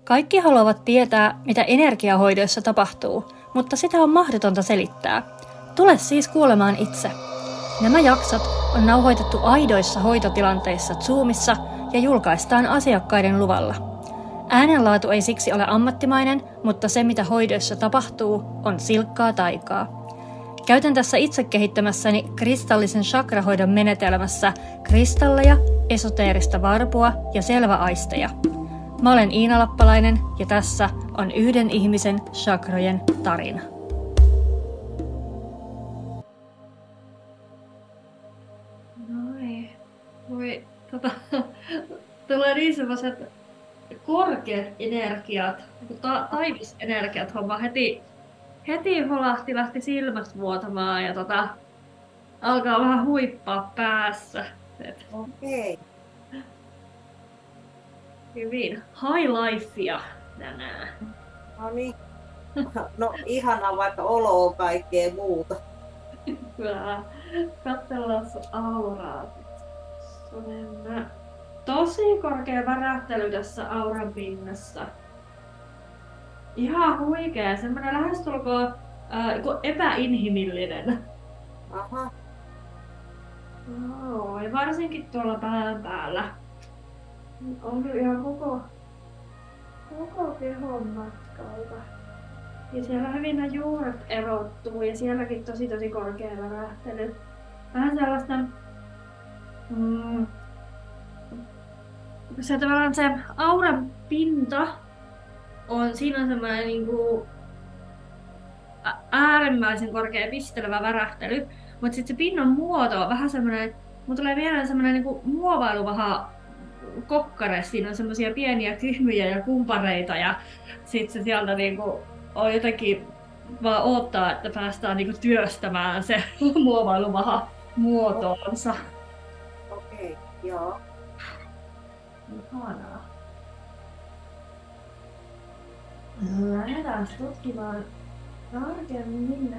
Kaikki haluavat tietää, mitä energiahoidoissa tapahtuu, mutta sitä on mahdotonta selittää. Tule siis kuulemaan itse. Nämä jaksot on nauhoitettu aidoissa hoitotilanteissa Zoomissa ja julkaistaan asiakkaiden luvalla. Äänenlaatu ei siksi ole ammattimainen, mutta se mitä hoidoissa tapahtuu on silkkaa taikaa. Käytän tässä itse kehittämässäni kristallisen chakrahoidon menetelmässä kristalleja, esoteerista varpua ja selväaisteja. Mä olen Iina Lappalainen ja tässä on yhden ihmisen chakrojen tarina. Tulee niin sellaiset korkeat energiat, taivisenergiat homma heti lähti silmästä vuotamaan ja alkaa vähän huippaa päässä. Okei. Hyvin. High lifea tänään. No niin. No ihanaa, vaikka olo on kaikkea muuta. Kyllä. Katsellaan sun auraa. Tosi korkea värähtely tässä auran pinnassa. Ihan huikea, semmoinen lähestulkoon epäinhimillinen. Aha. Ja varsinkin tuolla pään päällä. On ihan koko kehon matkalta. Ja siellä hyvin nämä juuret erottuu ja sielläkin tosi korkea värähtely. Vähän sellaista se auran pinta on, siinä on semmoinen niinku äärimmäisen korkea pistelevä värähtely, mutta sitten se pinnan muoto on vähän semmoinen, mun tulee mieleen semmoinen niinku muovailuvaha kokkare, siinä on semmoisia pieniä kyhmyjä ja kumpareita ja sitten se sieltä niinku on jotenkin vaan odottaa, että päästään niinku työstämään se muovailuvaha muotoonsa. Okei, joo. Ihanaa. Lähdetään tutkimaan tarkemmin.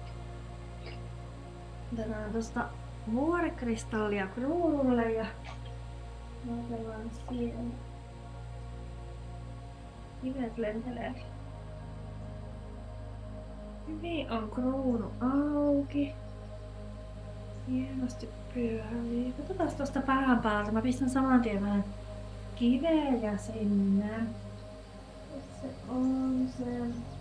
Otetaan tuosta vuorikristallia kruunulle ja otetaan siihen. Kivet lentelee. Hyvin on kruunu auki. Hienosti pyörii. Katsotaan tuosta pään päältä. Mä pistän saman tien vähän kivejä sinne. Se on se.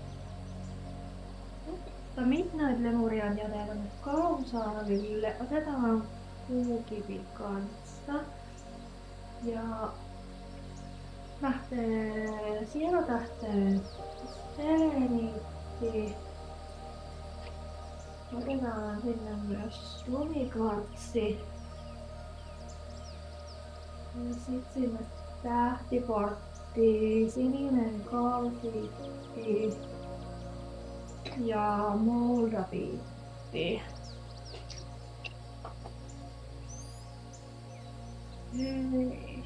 Midnight Lemurian jätellä nyt kausaalille. Otetaan puukivi kanssa. Ja lähtee sielotähteen seleniitti. Otetaan sinne myös lumikvartsi. Ja sit sinne tähtiportti, sininen kalsiitti ja moldaviitti. Hei.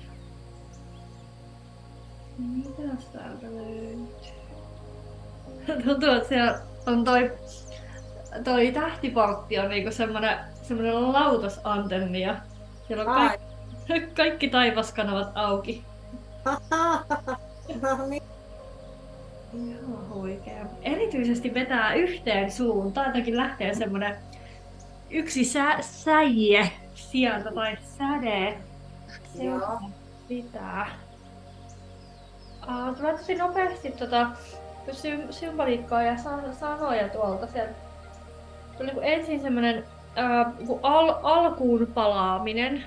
Mitäs täältä löytyy? Tuntuu, että siellä on toi tähtiportti on niinku semmonen lautasantenni ja siellä on kaikki taivaskanavat auki. No niin. Ihan huikea. Erityisesti vetää yhteen suuntaan, jotenkin lähtee semmonen yksi säie sieltä tai säde. Joo. Pitää. Tulee tosi nopeasti symboliikkaa ja sanoja tuolta. Sieltä tuli ensin semmonen alkuun palaaminen.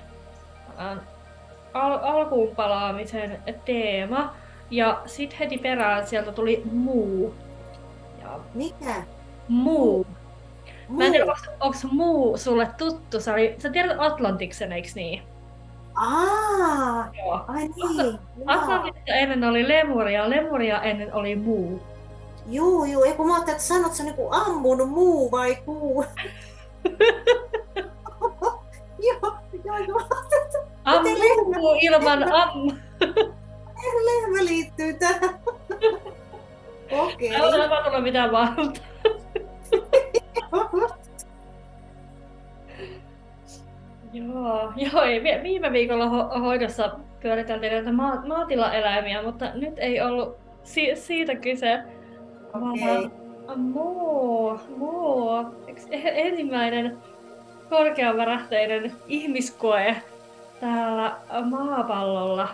Alkuun palaamisen teema. Ja sit heti perään sieltä tuli muu. Ja Mikä? Muu. Mä en tiedä, onks muu sulle tuttu? Sä tiedät Atlantiksen, eiks niin? Joo. Ai niin. Atlantiksen ennen oli Lemuria ennen oli muu. Juu, ei kun mä ajattelin, että sanot sä niinku ammunut muu vai kuu. Joo. Ammu ilman ammu. Lehmä liittyy tähän. Okei. Ei ole tapahtunut mitään vaaralta. Joo, viime viikolla hoidossa pyöriteltiin näitä maatilaeläimiä, mutta nyt ei ollut siitä kyse. Okei. Ensimmäinen korkeavärähteinen ihmiskoe täällä maapallolla.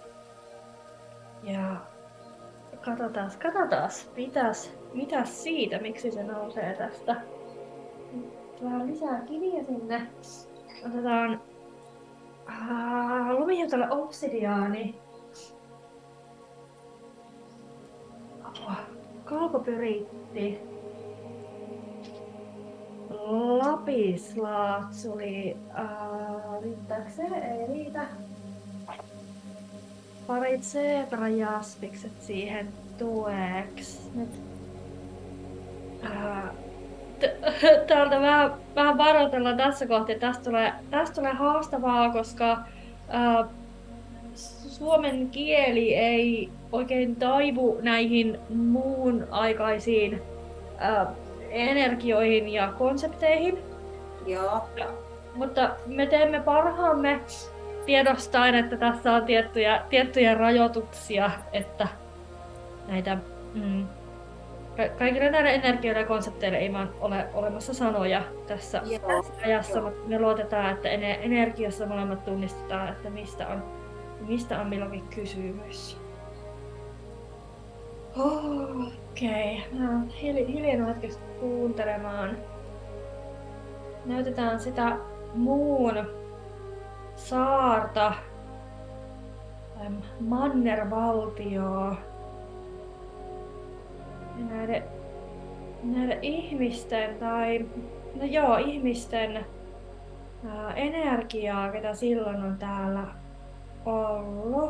Ja katsotaan, mitäs siitä, miksi se nousee tästä. Vähän lisää kiviä sinne. Otetaan lumihiutale obsidiaani. Kalkopyriitti. Lapislaatsuli. Riittääkö se? Ei riitä. Pari zebrajaspikset siihen tueksi. Nyt. Täältä vähän varoitellaan tässä kohtaa. Tästä tulee haastavaa, koska suomen kieli ei oikein taivu näihin muun aikaisiin energioihin ja konsepteihin. Joo. Mutta me teemme parhaamme tiedostaen, että tässä on tiettyjä rajoituksia, että näitä kaikille näille energioille ja konsepteille ei vaan ole olemassa sanoja tässä ajassa, mutta me luotetaan, että energiassa molemmat tunnistetaan, että mistä on milloinkin kysymys. Okei. Hiljennut hetkeksi kuuntelemaan. Näytetään sitä muun saarta, mannervaltioa. Ja näiden ihmisten ihmisten energiaa, ketä silloin on täällä ollut.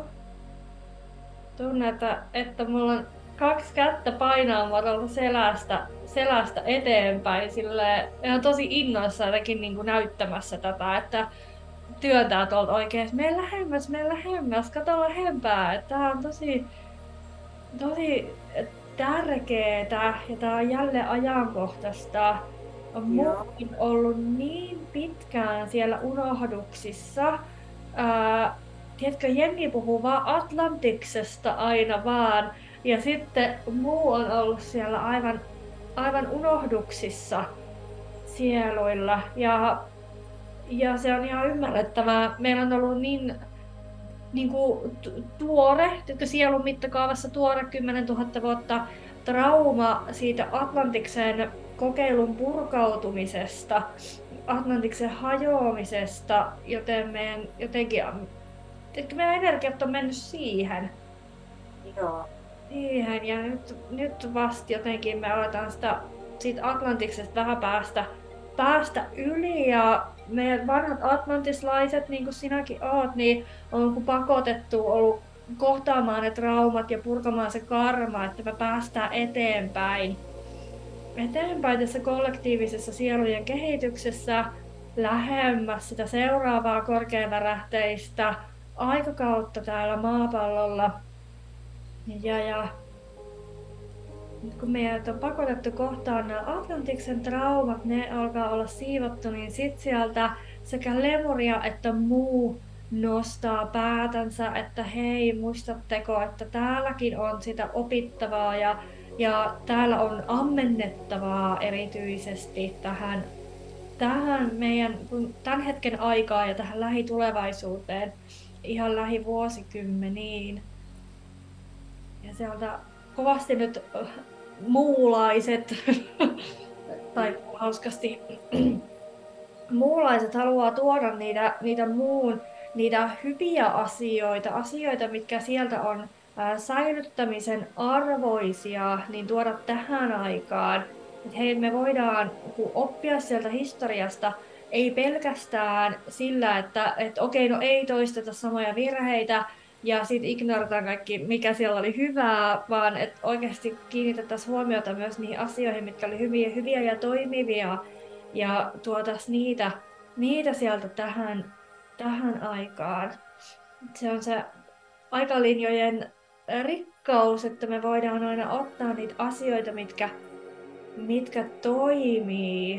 Tunnen, että mulla on 2 kättä painaa madalta selästä eteenpäin. Silleen, ihan tosi innoissa jotenkin niin kuin näyttämässä tätä, että työntää tuolta oikein. Mene lähemmäs, kato lähempää. Tää on tosi tärkeetä ja tää on jälleen ajankohtaista. Mä oon ollut niin pitkään siellä unohduksissa. Tiedätkö, jengi puhuu vaan Atlantiksesta aina vaan. Ja sitten muu on ollut siellä aivan unohduksissa sieluilla. Ja se on ihan ymmärrettävää. Meillä on ollut niin kuin tuore, sielun mittakaavassa tuore 10 000 vuotta trauma siitä Atlantiksen kokeilun purkautumisesta, Atlantiksen hajoamisesta, joten meidän energiat on mennyt siihen. Joo. Siihen, ja nyt vasta jotenkin me aletaan siitä Atlantiksesta vähän päästä yli, ja meidän vanhat atlantislaiset, niin kuin sinäkin oot, niin on pakotettu ollut kohtaamaan ne traumat ja purkamaan se karma, että me päästään eteenpäin tässä kollektiivisessa sielujen kehityksessä lähemmäs sitä seuraavaa korkeavärähteistä aikakautta täällä maapallolla. Ja nyt kun meidät on pakotettu kohtaan nämä Atlantiksen traumat, ne alkaa olla siivottu, niin sit sieltä sekä Lemuria että muu nostaa päätänsä, että hei, muistatteko, että täälläkin on sitä opittavaa ja täällä on ammennettavaa erityisesti tähän meidän tämän hetken aikaa ja tähän lähitulevaisuuteen, ihan lähivuosikymmeniin. Ja sieltä kovasti nyt muulaiset, tai hauskasti muulaiset haluaa tuoda niitä hyviä asioita, mitkä sieltä on säilyttämisen arvoisia, niin tuoda tähän aikaan. Että hei, me voidaan oppia sieltä historiasta, ei pelkästään sillä, että okei, no ei toisteta samoja virheitä, ja sitten ignorataan kaikki, mikä siellä oli hyvää, vaan että oikeasti kiinnitettäisiin huomiota myös niihin asioihin, mitkä oli hyviä ja toimivia, ja tuotaisiin niitä sieltä tähän aikaan. Se on se aikalinjojen rikkaus, että me voidaan aina ottaa niitä asioita, mitkä toimii,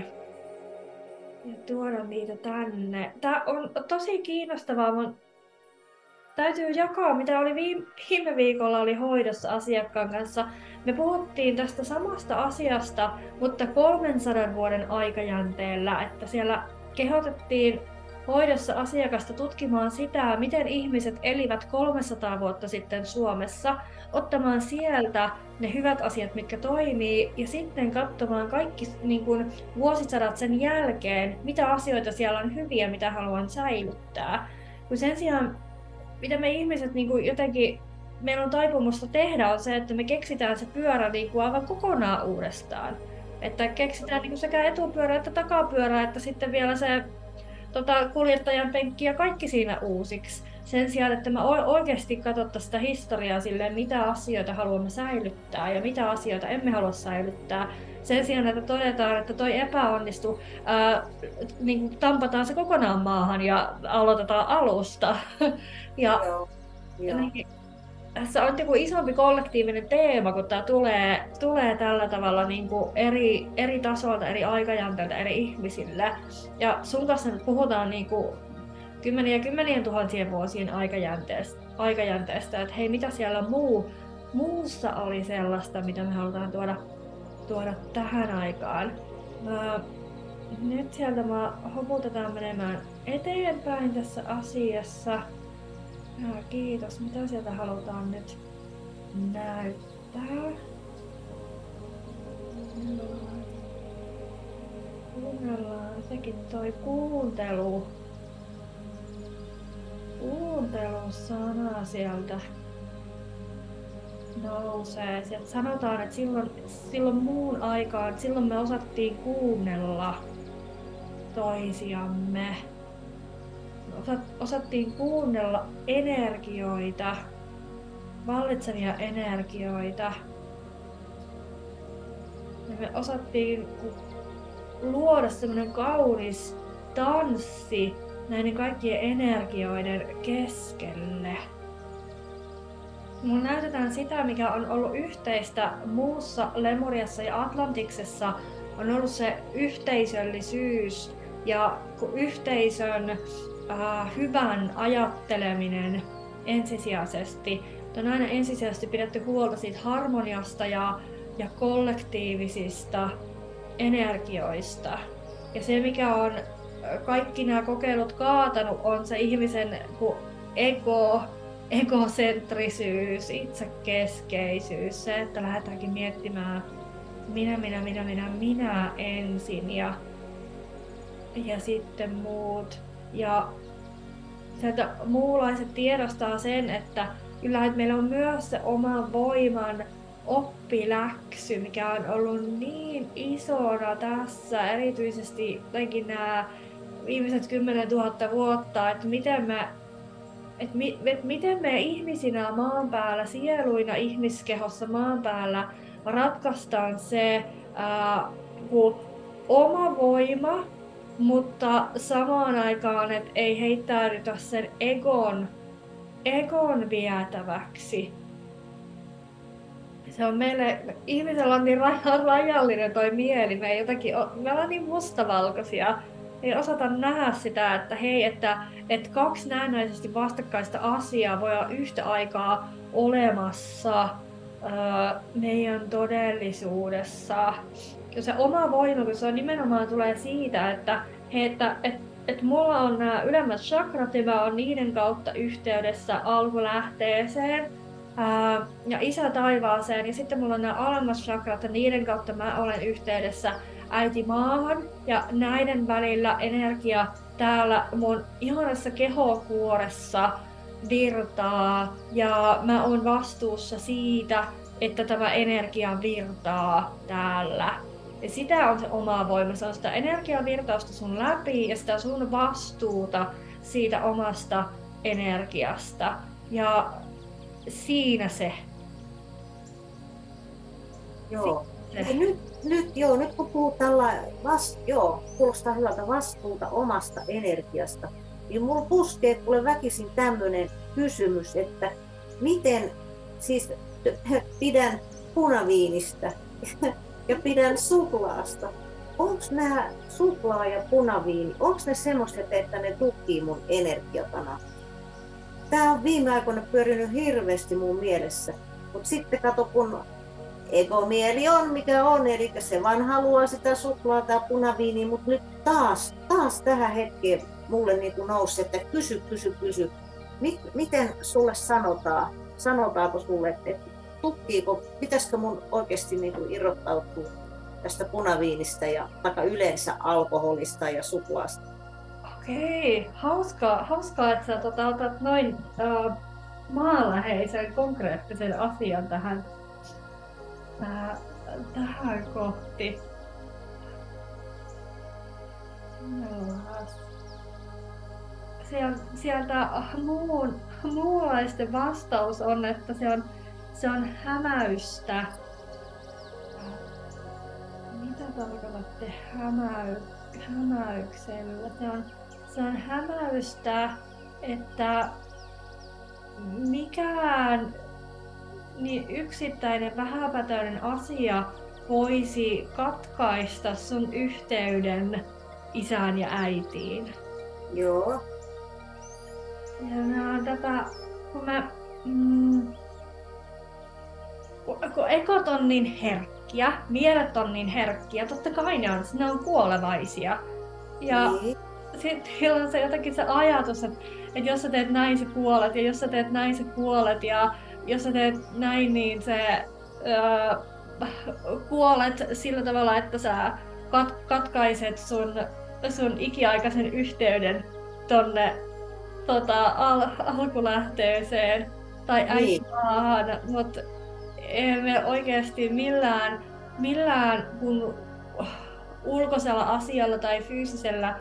ja tuoda niitä tänne. Tää on tosi kiinnostavaa. täytyy jakaa, mitä oli viime viikolla oli hoidossa asiakkaan kanssa. Me puhuttiin tästä samasta asiasta, mutta 300 vuoden aikajänteellä, että siellä kehotettiin hoidossa asiakasta tutkimaan sitä, miten ihmiset elivät 300 vuotta sitten Suomessa, ottamaan sieltä ne hyvät asiat, mitkä toimii, ja sitten katsomaan kaikki niin kuin, vuosisadat sen jälkeen, mitä asioita siellä on hyviä, mitä haluan säilyttää. Kun sen sijaan, mitä me ihmiset niin kuin jotenkin, meillä on taipumusta tehdä, on se, että me keksitään se pyörä niin kuin aivan kokonaan uudestaan. Että keksitään niin kuin sekä etupyörä että takapyörä, että sitten vielä se kuljettajan penkki ja kaikki siinä uusiksi. Sen sijaan, että me oikeasti katsottaisiin sitä historiaa silleen, mitä asioita haluamme säilyttää ja mitä asioita emme halua säilyttää. Sen sijaan, että todetaan, että toi epäonnistu, niin tampataan se kokonaan maahan ja aloitetaan alusta. Joo. Se on joku isompi kollektiivinen teema, kun tämä tulee tällä tavalla niin kuin eri tasoilta, eri aikajänteiltä, eri ihmisille. Ja sun kanssa nyt puhutaan niin kuin kymmenien tuhansien vuosien aikajänteestä, että hei, mitä siellä muussa oli sellaista, mitä me halutaan tuoda tähän aikaan. Nyt sieltä hoputetaan menemään eteenpäin tässä asiassa. Kiitos. Mitä sieltä halutaan nyt näyttää? Kuunnellaan sekin toi kuuntelusana sieltä nousee. Sieltä sanotaan, että silloin muun aikaan, silloin me osattiin kuunnella toisiamme. Osattiin kuunnella energioita, vallitsevia energioita. Ja me osattiin luoda semmoinen kaunis tanssi näiden kaikkien energioiden keskelle. Mulla näytetään sitä, mikä on ollut yhteistä muussa Lemuriassa ja Atlantiksessa, on ollut se yhteisöllisyys ja yhteisön hyvän ajatteleminen ensisijaisesti. On aina ensisijaisesti pidetty huolta siitä harmoniasta ja kollektiivisista energioista. Ja se, mikä on kaikki nämä kokeilut kaatanut, on se ihmisen egocentrisyys, itsekeskeisyys, se, että lähdetäänkin miettimään minä ensin ja sitten muut. Ja sieltä muulaiset tiedostaa sen, että kyllä että meillä on myös se oman voiman oppiläksy, mikä on ollut niin isona tässä, erityisesti jotenkin nämä viimeiset 10 000 vuotta, että miten me ihmisinä maan päällä, sieluina ihmiskehossa maan päällä ratkaistaan se oma voima, mutta samaan aikaan, että ei heittäydytä sen egon vietäväksi. Se on meille, ihmisellä on niin rajallinen toi mieli, me ollaan niin mustavalkoisia. Ei osata nähdä sitä, että hei, että kaksi näennäisesti vastakkaista asiaa voi olla yhtä aikaa olemassa meidän todellisuudessa. Ja se oma voima, kun se on nimenomaan tulee siitä, että mulla on nämä ylemmät chakrat ja mä oon niiden kautta yhteydessä alkulähteeseen ja isä taivaaseen. Ja sitten mulla on nämä alemmat chakrat ja niiden kautta mä olen yhteydessä äiti maahan. Ja näiden välillä energia täällä mun ihanassa kehokuoressa virtaa. Ja mä oon vastuussa siitä, että tämä energia virtaa täällä. Ja sitä on se oma voima, se on sitä energiavirtausta sun läpi ja sitä sun vastuuta siitä omasta energiasta. Ja siinä se. Joo. Nyt kun puhutaan kuulostaa hyvältä vastuuta omasta energiasta, niin mulla puskee kuule väkisin tämmönen kysymys, että miten siis pidän punaviinistä ja pidän suklaasta. Onko nämä suklaa ja punaviini, onko ne semmoiset, että ne tukkii mun energiatana? Tää on viime aikoina pyörinyt hirveästi mun mielessä. Mut sitten kato, kun egomieli on mikä on, eli se vaan haluaa sitä suklaata ja punaviiniä, mutta nyt taas tähän hetkeen mulle niin nousi, että kysy. Miten sulle sanotaan? Sanotaanko sulle, että tutkiiko, pitäisikö mun oikeasti niin irrottautua tästä punaviinistä ja vaikka yleensä alkoholista ja suklaasta? Okei, hauskaa, että sä otat noin maanläheisen konkreettisen asian tähän kohti. Sieltä muunlaisten vastaus on, että se on hämäystä. Mitä tarkoitatte hämäyksellä? Se on hämäystä, että mikään niin yksittäinen vähäpätöinen asia voisi katkaista sun yhteyden isään ja äitiin. Joo. Ja nämä on tätä, kun ekot on niin herkkiä, mielet on niin herkkiä, totta kai ne on kuolevaisia. Ja sitten on se jotenkin se ajatus, että jos sä teet näin, sä kuolet, ja jos sä teet näin, sä kuolet, ja jos sä teet näin, niin se kuolet sillä tavalla, että sä katkaiset sun ikiaikaisen yhteyden tonne alkulähteeseen tai äitymaahan, mutta emme oikeasti millään kun ulkoisella asialla tai fyysisellä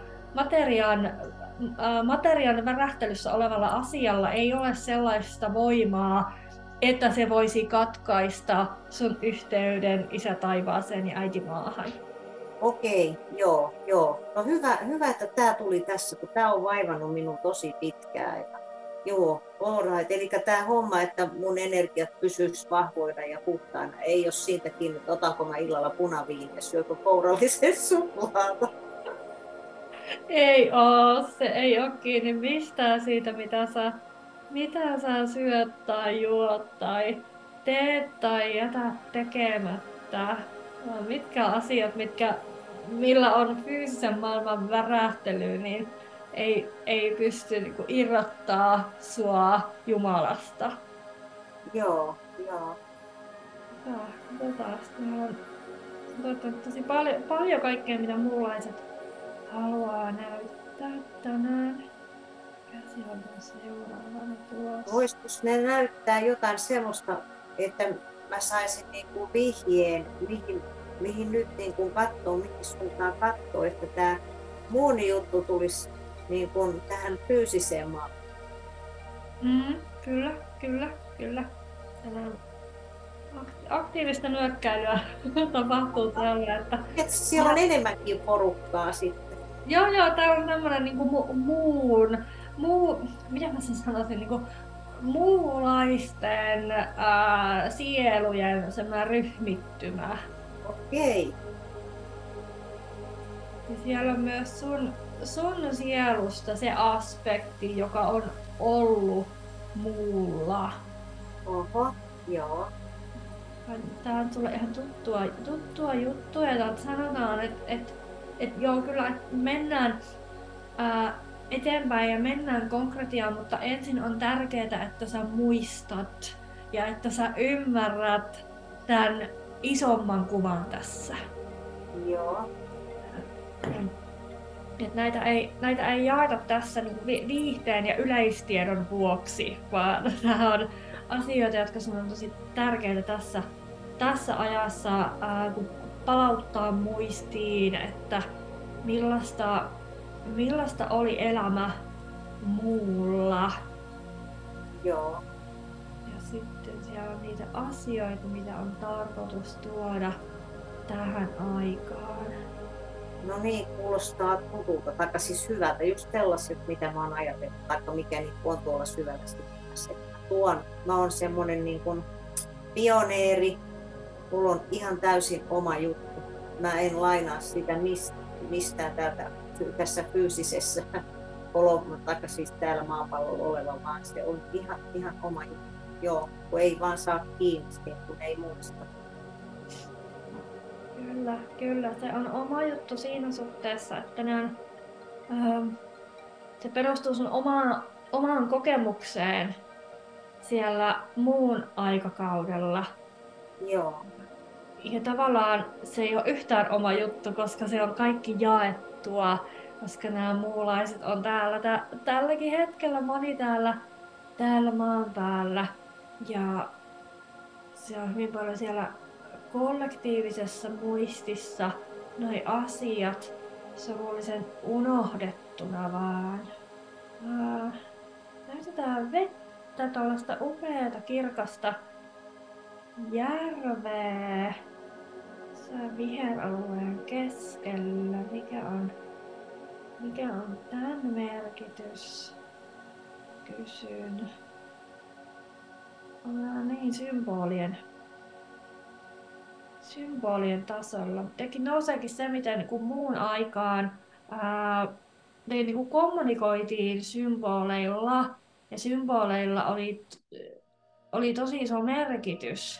materiaan värähtelyssä olevalla asialla ei ole sellaista voimaa, että se voisi katkaista sun yhteyden isä taivaaseen ja äiti maahan. Okei, joo. No hyvä, että tämä tuli tässä, kun tämä on vaivannut minun tosi pitkään. Joo, alright. Eli tämä homma, että mun energiat pysyisivät vahvoina ja puhtaina, ei ole siitä kiinni, että otanko mä illalla punaviiniä, syökö kourallisen suklaata. Se ei ole kiinni mistään siitä, mitä sä syöt tai juot tai teet tai jätät tekemättä. Mitkä asiat, millä on fyysisen maailman värähtely, niin ei pysty niinku irrottaa sua Jumalasta. Joo. On tosi paljon kaikkea, mitä muunlaiset haluaa näyttää tänään. Käsi on seuraavana tuossa. Voisiko ne näyttää jotain sellaista, että mä saisin niinku vihjeen, mihin nyt niinku katsoo, mihin suuntaan katsoo, että tämä muun juttu tulisi niinku tähän fyysiseen maailmaan. Kyllä. Aktiivista nyökkäilyä tapahtuu täällä. Että siellä on enemmänkin porukkaa sitten. Joo, täällä on tämmönen niinku mitä mä sen sanoisin, niinku muunlaisten sielujen semmoinen ryhmittymä. Okei. Ja siellä on myös sun sielusta se aspekti, joka on ollut muulla. Oho, joo. Tää on sulle ihan tuttua juttua ja sanotaan, että joo kyllä mennään eteenpäin ja mennään konkretiaan, mutta ensin on tärkeää, että sä muistat ja että sä ymmärrät tämän isomman kuvan tässä. Joo. Et näitä ei jaeta tässä niin viihteen ja yleistiedon vuoksi, vaan nämä on asioita, jotka sun on tosi tärkeitä tässä ajassa, kun palauttaa muistiin, että millaista oli elämä muulla. Joo. Ja sitten siellä on niitä asioita, mitä on tarkoitus tuoda tähän aikaan. No niin, kuulostaa tutulta, taikka siis hyvältä, just sellaiset, mitä mä oon ajatellut, taikka mikä niin on tuolla syvästi. Mä oon semmonen niin kuin pioneeri, mulla on ihan täysin oma juttu. Mä en lainaa sitä mistään tässä fyysisessä tai siis täällä maapallolla oleva, vaan se on ihan oma juttu. Joo, kun ei vaan saa kiinni siihen, kun ei muista. Kyllä, se on oma juttu siinä suhteessa, että se perustuu sun omaan kokemukseen siellä muun aikakaudella. Joo. Ja tavallaan se ei ole yhtään oma juttu, koska se on kaikki jaettua, koska nämä muulaiset on tälläkin hetkellä moni täällä maan päällä. Ja se on hyvin paljon siellä kollektiivisessa muistissa noi asiat surullisen unohdettuna vaan. Näytetään vettä, tuollaista upeata kirkasta järveä. Se on viheralueen keskellä. Mikä on tämän merkitys? Kysyn. Niin, symbolien tasolla. Jotenkin nouseekin se, miten kun muun aikaan niin kuin kommunikoitiin symboleilla, ja symboleilla oli tosi iso merkitys.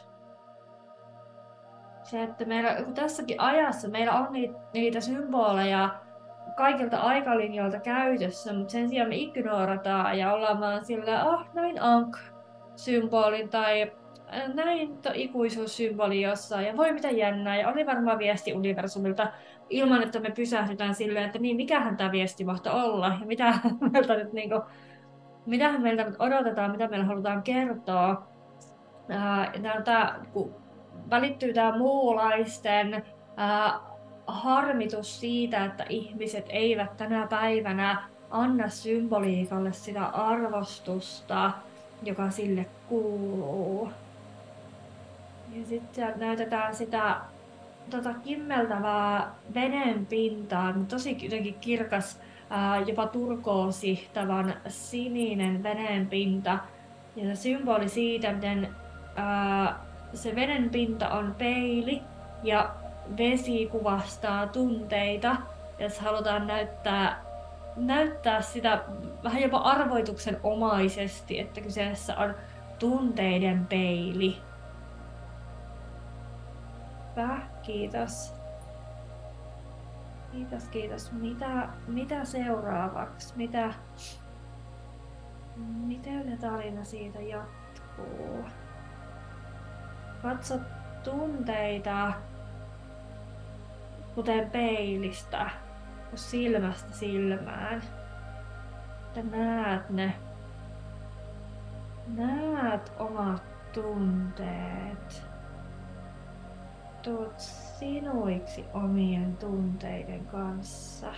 Se, että kun tässäkin ajassa meillä on niitä symboleja kaikilta aikalinjoilta käytössä, mutta sen sijaan me ignorataan ja ollaan vaan sillä, näin Ankh-symbolin tai näin ikuisuussymboli jossain ja voi mitä jännää ja oli varmaan viesti universumilta ilman, että me pysähdytään silleen, että niin mikähän tämä viesti mahtoi olla ja mitähän meiltä nyt odotetaan, mitä meillä halutaan kertoa. Kun välittyy tämä muulaisten harmitus siitä, että ihmiset eivät tänä päivänä anna symboliikalle sitä arvostusta, joka sille kuuluu. Ja sitten näytetään sitä kimmeltävää veden pintaa, tosi jotenkin kirkas, jopa turkoosihtavan sininen veden pinta. Ja se symboli siitä, miten se veden pinta on peili ja vesi kuvastaa tunteita. Jos halutaan näyttää sitä vähän jopa arvoituksen omaisesti, että kyseessä on tunteiden peili. Kiitos. Kiitos. Mitä seuraavaksi? Miten tarina siitä jatkuu? Katso tunteita kuten peilistä, silmästä silmään. Että näet ne. Näet omat tunteet. Tuut sinuiksi omien tunteiden kanssa.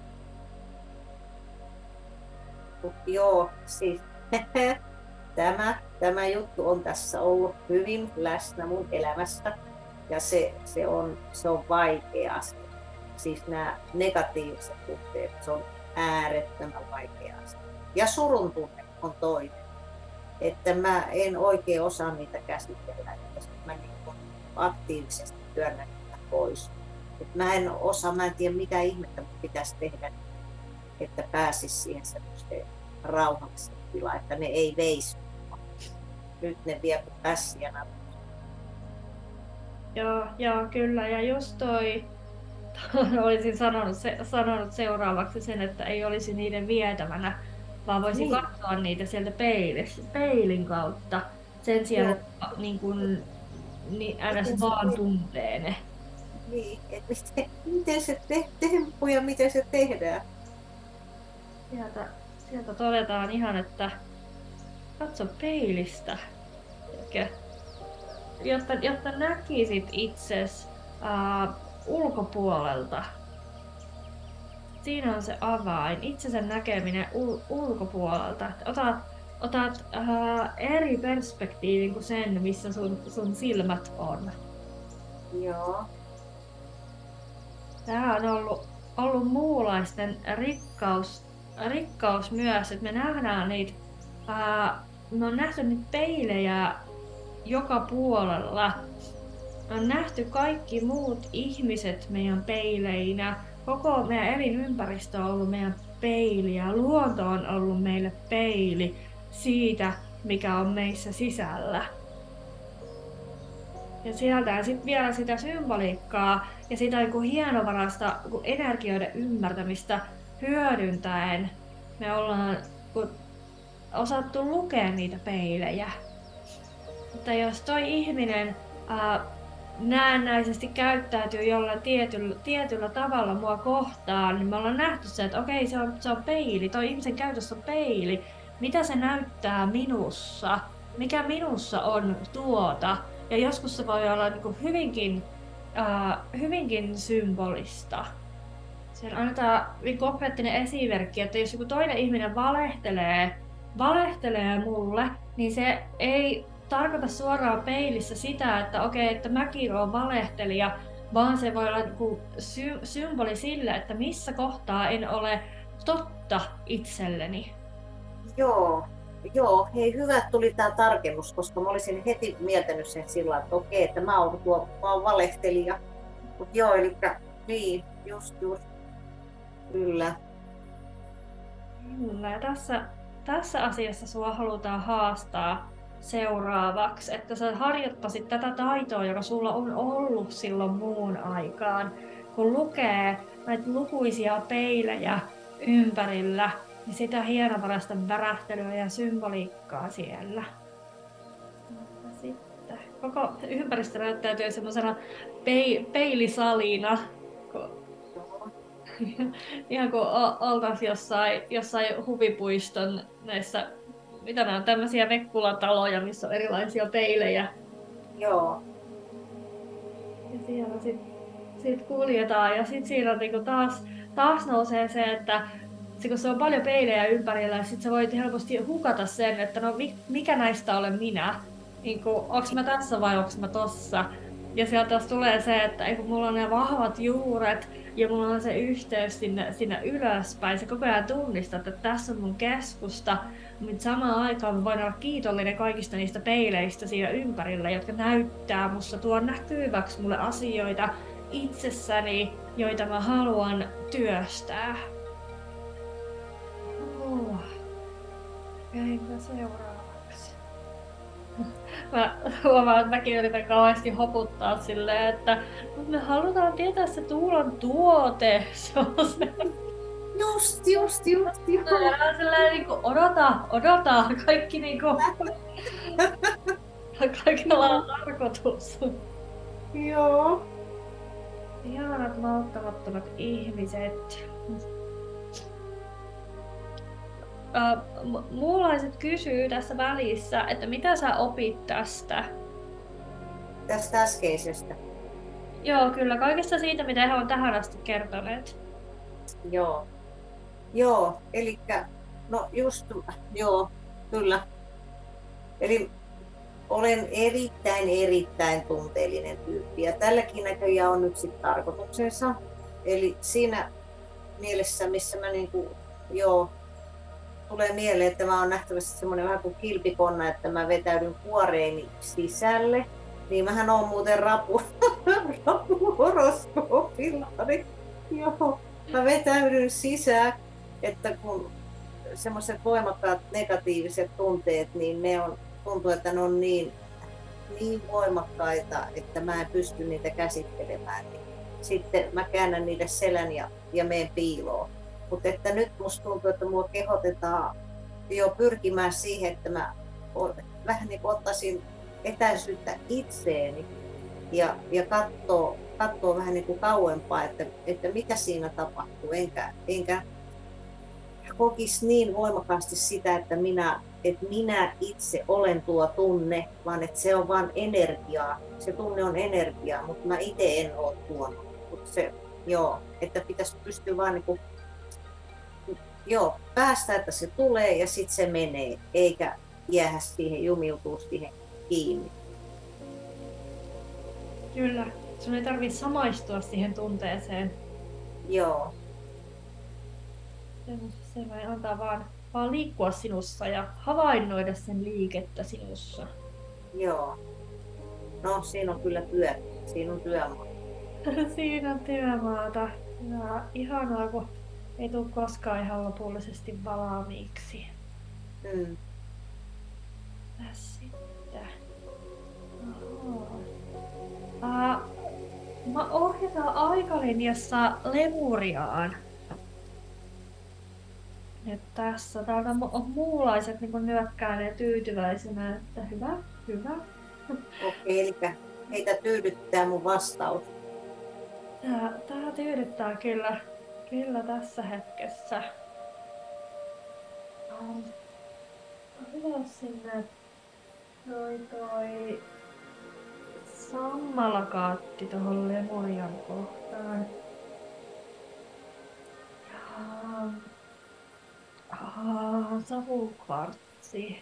Joo, siis tämä juttu on tässä ollut hyvin läsnä mun elämässä ja se on vaikea asia. Siis nämä negatiiviset tunteet, se on äärettömän vaikea asia. Ja surun tunne on toinen. Että mä en oikein osaa niitä käsitellä, että mä niin aktiivisesti työnnän niitä pois. Että mä en tiedä mitä ihmettä pitäisi tehdä, että pääsisi siihen semmoiseen rauhalliseen tilaan, että ne ei veisi. Nyt ne vie kuin pässiä nappuja. Joo, kyllä. Ja just olisin sanonut seuraavaksi sen, että ei olisi niiden vietävänä, vaan voisi katsoa niitä sieltä peilin kautta. Sen sijaan, että äänes vaan tuntee ne. Niin, että miten se temppu ja miten se tehdään. Sieltä todetaan ihan, että katso peilistä. Jotta näkisit itses ulkopuolelta. Siinä on se avain, itsensä näkeminen ulkopuolelta. Otat eri perspektiivin kuin sen, missä sun silmät on. Joo. Tämä on ollut muulaisten rikkaus myös, että me nähdään niitä, me on nähty niitä peilejä joka puolella. On nähty kaikki muut ihmiset meidän peileinä. Koko meidän elinympäristö on ollut meidän peili ja luonto on ollut meille peili siitä, mikä on meissä sisällä. Ja sieltä sitten vielä sitä symboliikkaa ja sitä hienovarasta energioiden ymmärtämistä hyödyntäen me ollaan osattu lukea niitä peilejä. Mutta jos toi ihminen näennäisesti käyttäytyy jollain tietyllä tavalla mua kohtaan, niin me ollaan nähty se, että okei, se on peili, toi ihmisen käytössä on peili. Mitä se näyttää minussa? Mikä minussa on tuota? Ja joskus se voi olla hyvinkin symbolista. Siellä annetaan konkreettinen esimerkki, että jos joku toinen ihminen valehtelee mulle, niin se ei tarkoita suoraan peilissä sitä, että okei, että mäkin olen valehtelija, vaan se voi olla symboli sille, että missä kohtaa en ole totta itselleni. Joo, hei, hyvä tuli tämä tarkennus, koska mä olisin heti mieltänyt sen sillä, että okei, että mä oon valehtelija. Mut joo, eli niin, just, kyllä. Kyllä, ja tässä asiassa sua halutaan haastaa seuraavaksi, että sä harjoittaisit tätä taitoa, joka sulla on ollut silloin muun aikaan, kun lukee näitä lukuisia peilejä ympärillä, niin sitä hienovarasta värähtelyä ja symboliikkaa siellä. Sitten koko ympäristö näyttäytyy semmoisena peilisalina, ihan kuin oltaisiin jossain huvipuiston näissä, mitä nämä on, tämmöisiä vekkulataloja, missä on erilaisia peilejä. Joo. Ja siellä sit kuljetaan ja sit siinä on niinku taas nousee se, että kun se on paljon peilejä ympärillä, sit sä voit helposti hukata sen, että no mikä näistä olen minä? Niinku, onks mä tässä vai onks mä tossa? Ja sieltä taas tulee se, että kun mulla on ne vahvat juuret ja mulla on se yhteys sinne ylöspäin, se koko ajan tunnistaa, että tässä on mun keskusta, mutta samaan aikaan mä voin olla kiitollinen kaikista niistä peileistä siinä ympärillä, jotka näyttää musta, tuo näkyväksi mulle asioita itsessäni, joita mä haluan työstää. Enkä seuraavaksi. Mä huomaan, että mäkin yritän kauheasti hoputtaa silleen, että me halutaan tietää se Tuulan tuote. Se on se. Just. Ja silleen niinku odota, kaikki niinku. Kaikilla on tarkoitus. Joo. Ihanat malttamattomat ihmiset. Muulaiset kysyy tässä välissä, että mitä sä opit tästä? Tästä äskeisestä. Joo, kyllä. Kaikesta siitä, mitä he on tähän asti kertoneet. Joo, elikkä, no just, joo, kyllä. Eli olen erittäin tunteellinen tyyppi ja tälläkin näköjään on nyt sitten tarkoituksensa. Eli siinä mielessä, missä mä niinku, tulee mieleen, että mä oon nähtävästi semmoinen vähän kuin kilpikonna, että mä vetäydyn kuoreeni sisälle. Niin mähän oon muuten rapu horoskoopillani. Joo, mä vetäydyn sisään, että kun semmoiset voimakkaat negatiiviset tunteet, niin tuntuu, että ne on niin voimakkaita, että mä en pysty niitä käsittelemään. Niin sitten mä käännän niille selän ja menen piiloon. Mutta että nyt musta tuntuu, että mua kehotetaan jo pyrkimään siihen, että mä vähän niin kuin ottaisin etäisyyttä itseeni ja katsoo vähän niin kuin kauempaa, että mitä siinä tapahtuu. Enkä kokisi niin voimakkaasti sitä, että minä itse olen tuo tunne, vaan että se on vain energiaa. Se tunne on energiaa, mutta mä itse en ole tuonut. Että pitäisi pystyä vaan niin kuin, päästä, että se tulee ja sitten se menee, eikä jäädä siihen, jumiutuu siihen kiinni. Kyllä, sun ei tarvitse samaistua siihen tunteeseen. Joo. Se vai antaa vaan liikkua sinussa ja havainnoida sen liikettä sinussa. Joo. No, siinä on kyllä siinä on työmaata. Siinä on työmaata. Ja ihanaa, kun ei tule koskaan ihan lopullisesti valmiiksi. Tässä sitten. Mä ohjataan aikalinjassa Lemuriaan. Et tässä täältä muulaiset niin nyökkäälee tyytyväisenä, että hyvä. Okei, eli heitä tyydyttää mun vastaus. Tää tyydyttää kyllä tässä hetkessä. Hyvä sinne toi sammalakaatti tohon Lemurian kohtaan. Savukvartsi.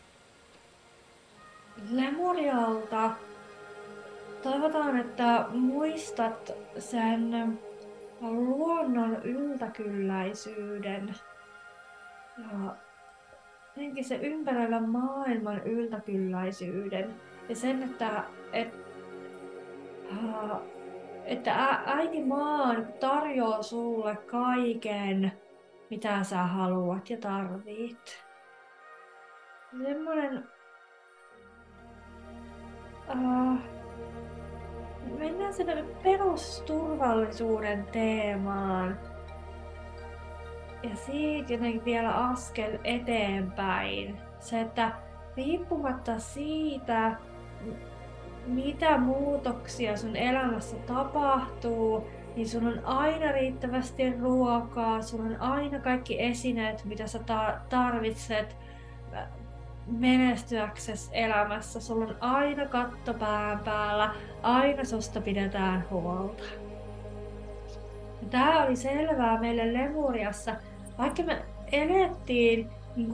Lemurialta toivotaan, että muistat sen luonnon yltäkylläisyyden ja jotenkin se ympäröivän maailman yltäkylläisyyden ja sen, että äiti maa tarjoaa sulle kaiken, mitä sä haluat ja tarvit. Semmoinen mennään sinne perusturvallisuuden teemaan. Ja siitä jotenkin vielä askel eteenpäin. Se, että riippumatta siitä, mitä muutoksia sun elämässä tapahtuu, niin sun on aina riittävästi ruokaa, sun on aina kaikki esineet, mitä sä tarvitset menestyäksesi elämässä. Sulla on aina katto pään päällä, aina susta pidetään huolta. Ja tää oli selvää meille Lemuriassa, vaikka me elettiin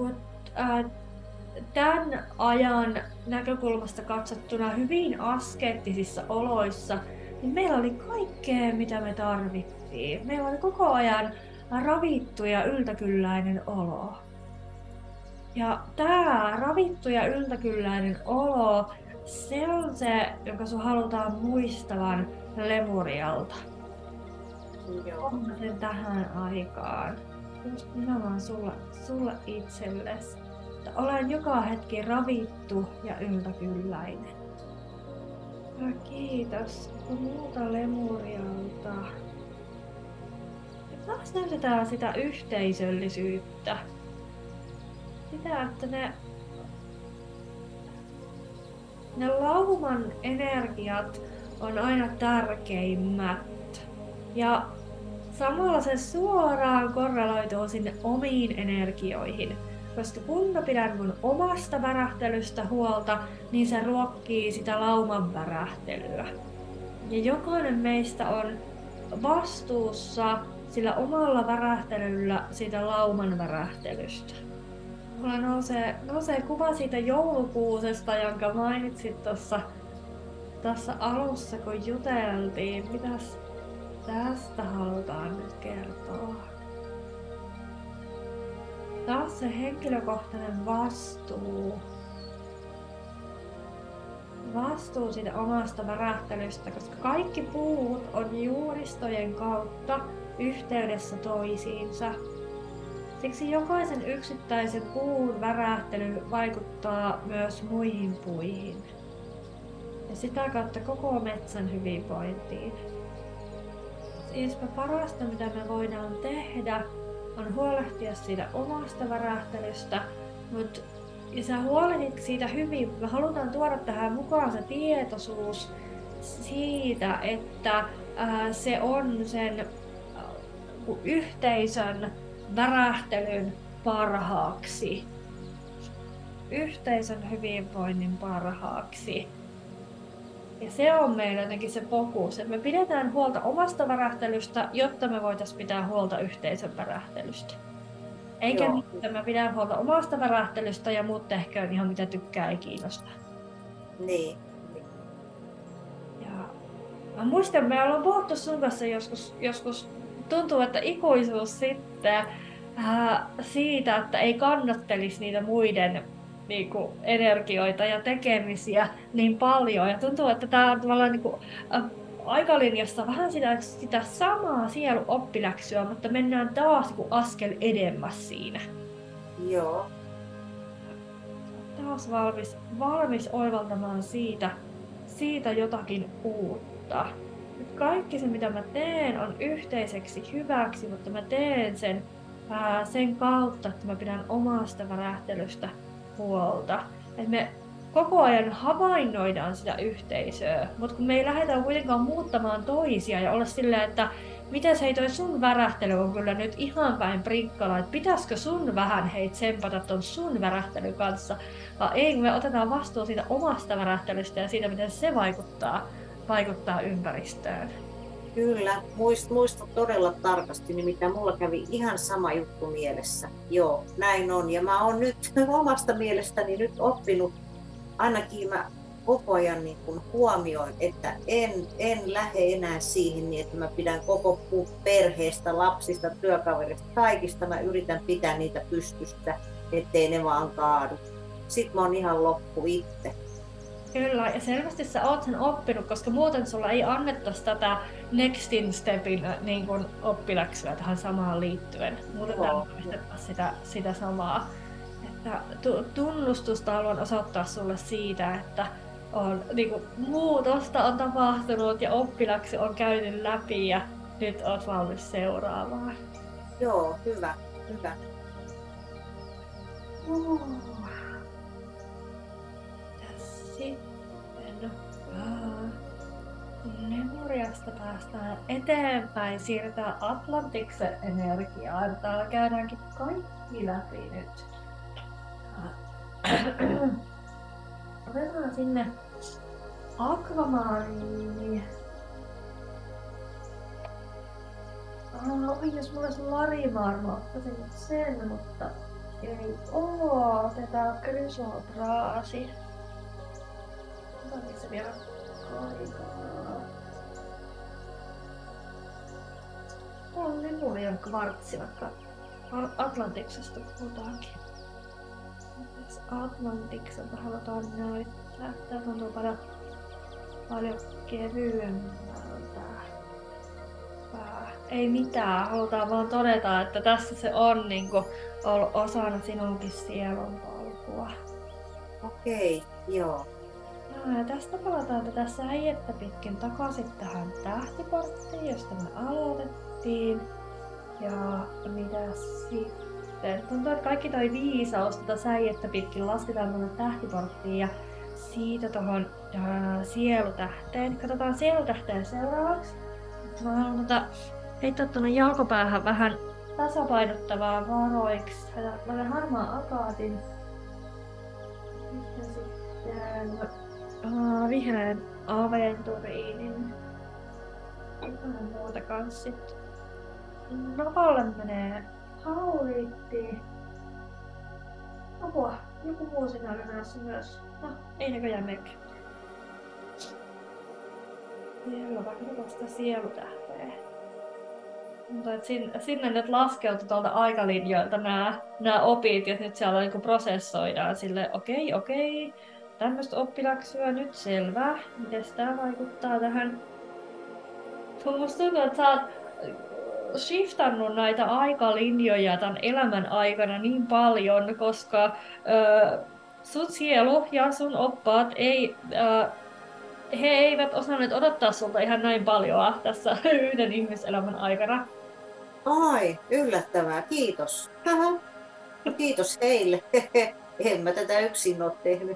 tämän ajan näkökulmasta katsottuna hyvin askeettisissa oloissa, niin meillä oli kaikkea, mitä me tarvittiin. Meillä oli koko ajan ravittu ja yltäkylläinen olo. Ja tää ravittu ja yltäkylläinen olo, se on se, jonka sun halutaan muistavan Lemurialta. Onko sen tähän aikaan? Just nimenomaan sulle itsellesi. Olen joka hetki ravittu ja yltäkylläinen. Ja kiitos muuta Lemurialta. Ja taas näytetään sitä yhteisöllisyyttä. Sitä, että ne lauman energiat on aina tärkeimmät. Ja samalla se suoraan korreloituu sinne omiin energioihin. Koska kun mä pidän mun omasta värähtelystä huolta, niin se ruokkii sitä lauman värähtelyä. Ja jokainen meistä on vastuussa sillä omalla värähtelyllä siitä lauman värähtelystä. Mulla nousee kuva siitä joulukuusesta, jonka mainitsit tuossa alussa, kun juteltiin. Mitäs tästä halutaan nyt kertoa? Taas se henkilökohtainen vastuu. Vastuu siitä omasta värähtelystä, koska kaikki puut on juuristojen kautta yhteydessä toisiinsa. Siksi jokaisen yksittäisen puun värähtely vaikuttaa myös muihin puihin. Ja sitä kautta koko metsän hyvinvointiin. Siis parasta, mitä me voidaan tehdä, on huolehtia siitä omasta värähtelystä, ja sä huolehdit siitä hyvin. Me halutaan tuoda tähän mukaan se tietoisuus siitä, että se on sen yhteisön värähtelyn parhaaksi. Yhteisön hyvinvoinnin parhaaksi. Ja se on meillä jotenkin se fokus, että me pidetään huolta omasta värähtelystä, jotta me voitaisiin pitää huolta yhteisön värähtelystä. Eikä niin, että mä pidän huolta omasta värähtelystä ja muut tehköön ihan mitä tykkää ja kiinnostaa. Niin. Ja mä muistan, me ollaan puhuttu sun kanssa joskus tuntuu, että ikuisuus sitten siitä, että ei kannattelisi niitä muiden energioita ja tekemisiä niin paljon. Ja tuntuu, että tää on tavallaan aikalinjassa vähän sitä samaa sieluoppiläksyä, mutta mennään taas askel edemmäs siinä. Joo. Taas valmis oivaltamaan siitä jotakin uutta. Nyt kaikki se mitä mä teen on yhteiseksi hyväksi, mutta mä teen sen kautta, että mä pidän omasta värähtelystä huolta. Et me koko ajan havainnoidaan sitä yhteisöä, mutta kun me ei lähdetä kuitenkaan muuttamaan toisia ja olla silleen, että miten hei toi sun värähtely on kyllä nyt ihan päin prikkala, että pitäisikö sun vähän tsempata ton sun värähtelyn kanssa, vaan ei, me otetaan vastuu siitä omasta värähtelystä ja siitä, miten se vaikuttaa ympäristöön. Kyllä, muistan todella tarkasti, nimittäin mulla kävi ihan sama juttu mielessä. Joo, näin on. Ja mä oon nyt omasta mielestäni nyt oppinut, ainakin mä koko ajan niin kun huomioin, että en lähde enää siihen niin, että mä pidän koko perheestä, lapsista, työkaverista, kaikista. Mä yritän pitää niitä pystystä, ettei ne vaan kaadu. Sitten mä oon ihan loppu itse. Kyllä, ja selvästi sä oot sen oppinut, koska muuten sulla ei annettaisi tätä Nextin Stepin niin kun oppiläksyä tähän samaan liittyen. Muuten tarvittaisiin sitä samaa. Että tunnustusta haluan osoittaa sulle siitä, että on, niin kun, muutosta on tapahtunut ja oppiläksy on käyty läpi ja nyt oot valmis seuraavaan. Joo, hyvä. Sitten memoriasta päästään eteenpäin, siirrytään Atlantiksen energiaan. Täällä käydäänkin kaikki läpi nyt. Otetaan sinne Aquamariini. Jos mulla olisi Larimar, mä ottaisin sen, mutta ei oo. Otetaan Chrysoprasi. Otankin se vielä kaikaa. On limulian kvartsi, vaikka Atlantiksesta puhutaankin. Atlantikselta halutaan näyttää. Tää tuntuu paljon kevyemmältä. Ei mitään, halutaan vaan todeta, että tässä se on niinku osana sinunkin sielun polkua. Okei, joo. Ja tästä palataan tätä säijettä pitkin takaisin tähän tähtiporttiin, josta me aloitettiin. Ja mitä sitten? Tuntuu, että kaikki toi viisaus tätä säijettä pitkin lasketaan tuonne tähtiporttiin ja siitä tuohon sielutähteen. Katsotaan sielutähteen seuraavaksi. Mä haluan heittää tuonne jalkopäähän vähän tasapainottavaa varoiksi. Laitan harmaan akaatin. Sitten vihreän aventuriinin. Jotain muuta kans sit. Napalle menee hauriitti. Apua, joku muu siinä oli menossa myös. No, ei näköjään mekään. Siellä vaikka sitä sielutähteä. Mutta sinne nyt laskeutui tuolta aikalinjoilta nämä opit ja nyt siellä niinku prosessoidaan sille okei, tämmöistä oppiläksyä nyt selvä. Miten tämä vaikuttaa tähän? Musta tuntuu, että sä oot shiftannut näitä aikalinjoja tämän elämän aikana niin paljon, koska sun sielu ja sun oppaat he eivät osanneet odottaa sulta ihan näin paljon tässä yhden ihmiselämän aikana. Ai, yllättävää. Kiitos. No, kiitos heille. En mä tätä yksin ole tehnyt.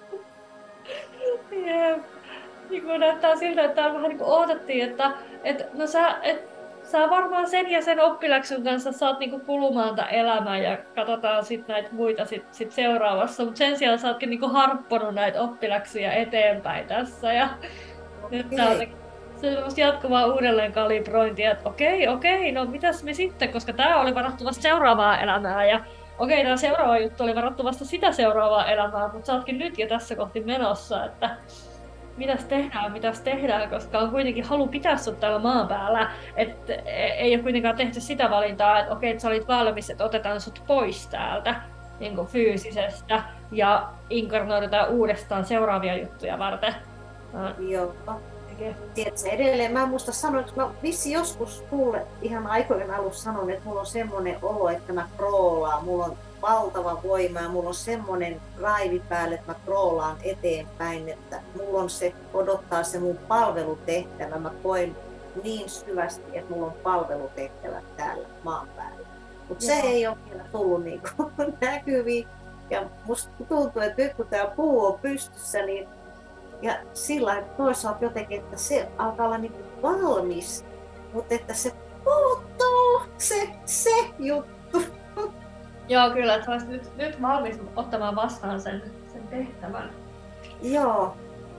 Jep. Niin näyttää siltä, että täällä vähän niin kuin odotettiin, että sä varmaan sen ja sen oppiläksyn kanssa saat niinku kulumaan tämän elämän ja katsotaan sit näitä muita sit seuraavassa. Mutta sen sijaan sä ootkin niinku harpponut näitä oppiläksyjä eteenpäin tässä. Ja nyt tää on semmoista jatkuvaa uudelleen kalibrointia, että okei, no mitäs me sitten, koska tää oli varattu vasta seuraavaa elämää ja tää seuraava juttu oli varattu vasta sitä seuraavaa elämää, mutta sä ootkin nyt jo tässä kohti menossa, että mitäs tehdään, koska on kuitenkin halu pitää sut täällä maan päällä, että ei ole kuitenkaan tehty sitä valintaa, että että sä olit valmis, että otetaan sut pois täältä niin kuin fyysisestä ja inkarnoidutaan uudestaan seuraavia juttuja varten. Joo. Tiedätkö, edelleen, mä en muista sanoinko, mä vissi joskus sulle ihan aikojen alussa sanon, että mulla on semmoinen olo, että mä kroolaan, mulla on valtava voima ja mulla on semmoinen raivi päälle, että mä kroolaan eteenpäin, että mulla on se, odottaa se mun palvelutehtävä, mä koen niin syvästi, että mulla on palvelutehtävä täällä maan päällä. Mutta se ei ole vielä tullut niin näkyviin ja musta tuntuu, että nyt kun tää puu on pystyssä, niin ja sillä toisaalta jotenkin, että se alkaa olla niin valmis, mutta että se puuttuu se juttu. Joo, kyllä, että olisit nyt valmis ottamaan vastaan sen tehtävän. Joo.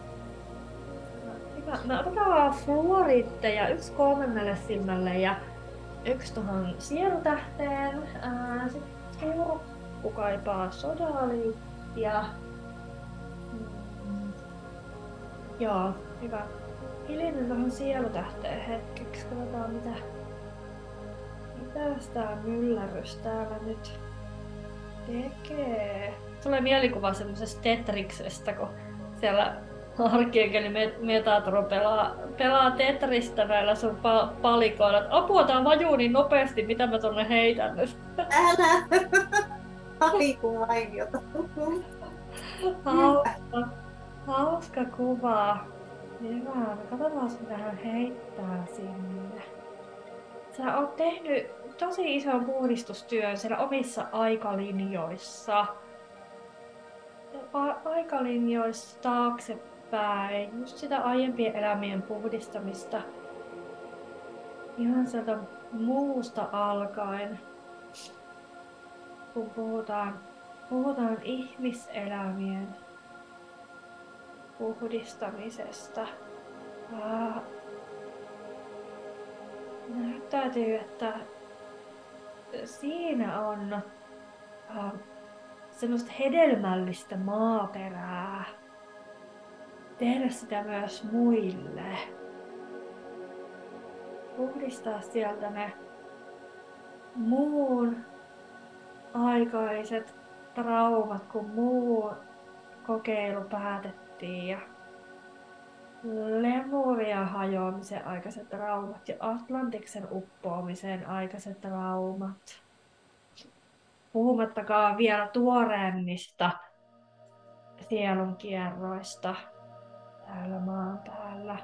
Hyvä. Me otetaan fluoritteja, 1 kolmannelle silmälle ja 1 tuohon sielutähteen. Sitten Turkku kaipaa sodaliittia. Joo, hyvä. Hiljainen tuohon sielutähteen hetkeksi. Katsotaan mitä tää myllerrys täällä nyt tekee. Tulee mielikuva semmosesta Tetriksestä, kun siellä Arkienkeli Metatron pelaa Tetristä näillä sun palikoilla. Apua, tää vajuu niin nopeasti, mitä mä tonne heitän nyt. Älä! Ai kun mainiota. Hauska kuva. Hyvä, katsotaan mitä hän heittää sinne. Sä oot tehnyt tosi ison puhdistustyön siellä omissa aikalinjoissa. Aikalinjoissa taaksepäin, just sitä aiempien elämien puhdistamista. Ihan sieltä muusta alkaen, kun puhutaan ihmiselämien puhdistamisesta. Näyttäytyy, että siinä on semmoista hedelmällistä maaperää. Tehdä sitä myös muille. Puhdistaa sieltä ne muun aikaiset traumat, kun muu kokeilu päätettiin. Ja Lemurian hajoamisen aikaiset traumat ja Atlantiksen uppoamisen aikaiset traumat. Puhumattakaan vielä tuoreemmista sielunkierroista täällä maan päällä.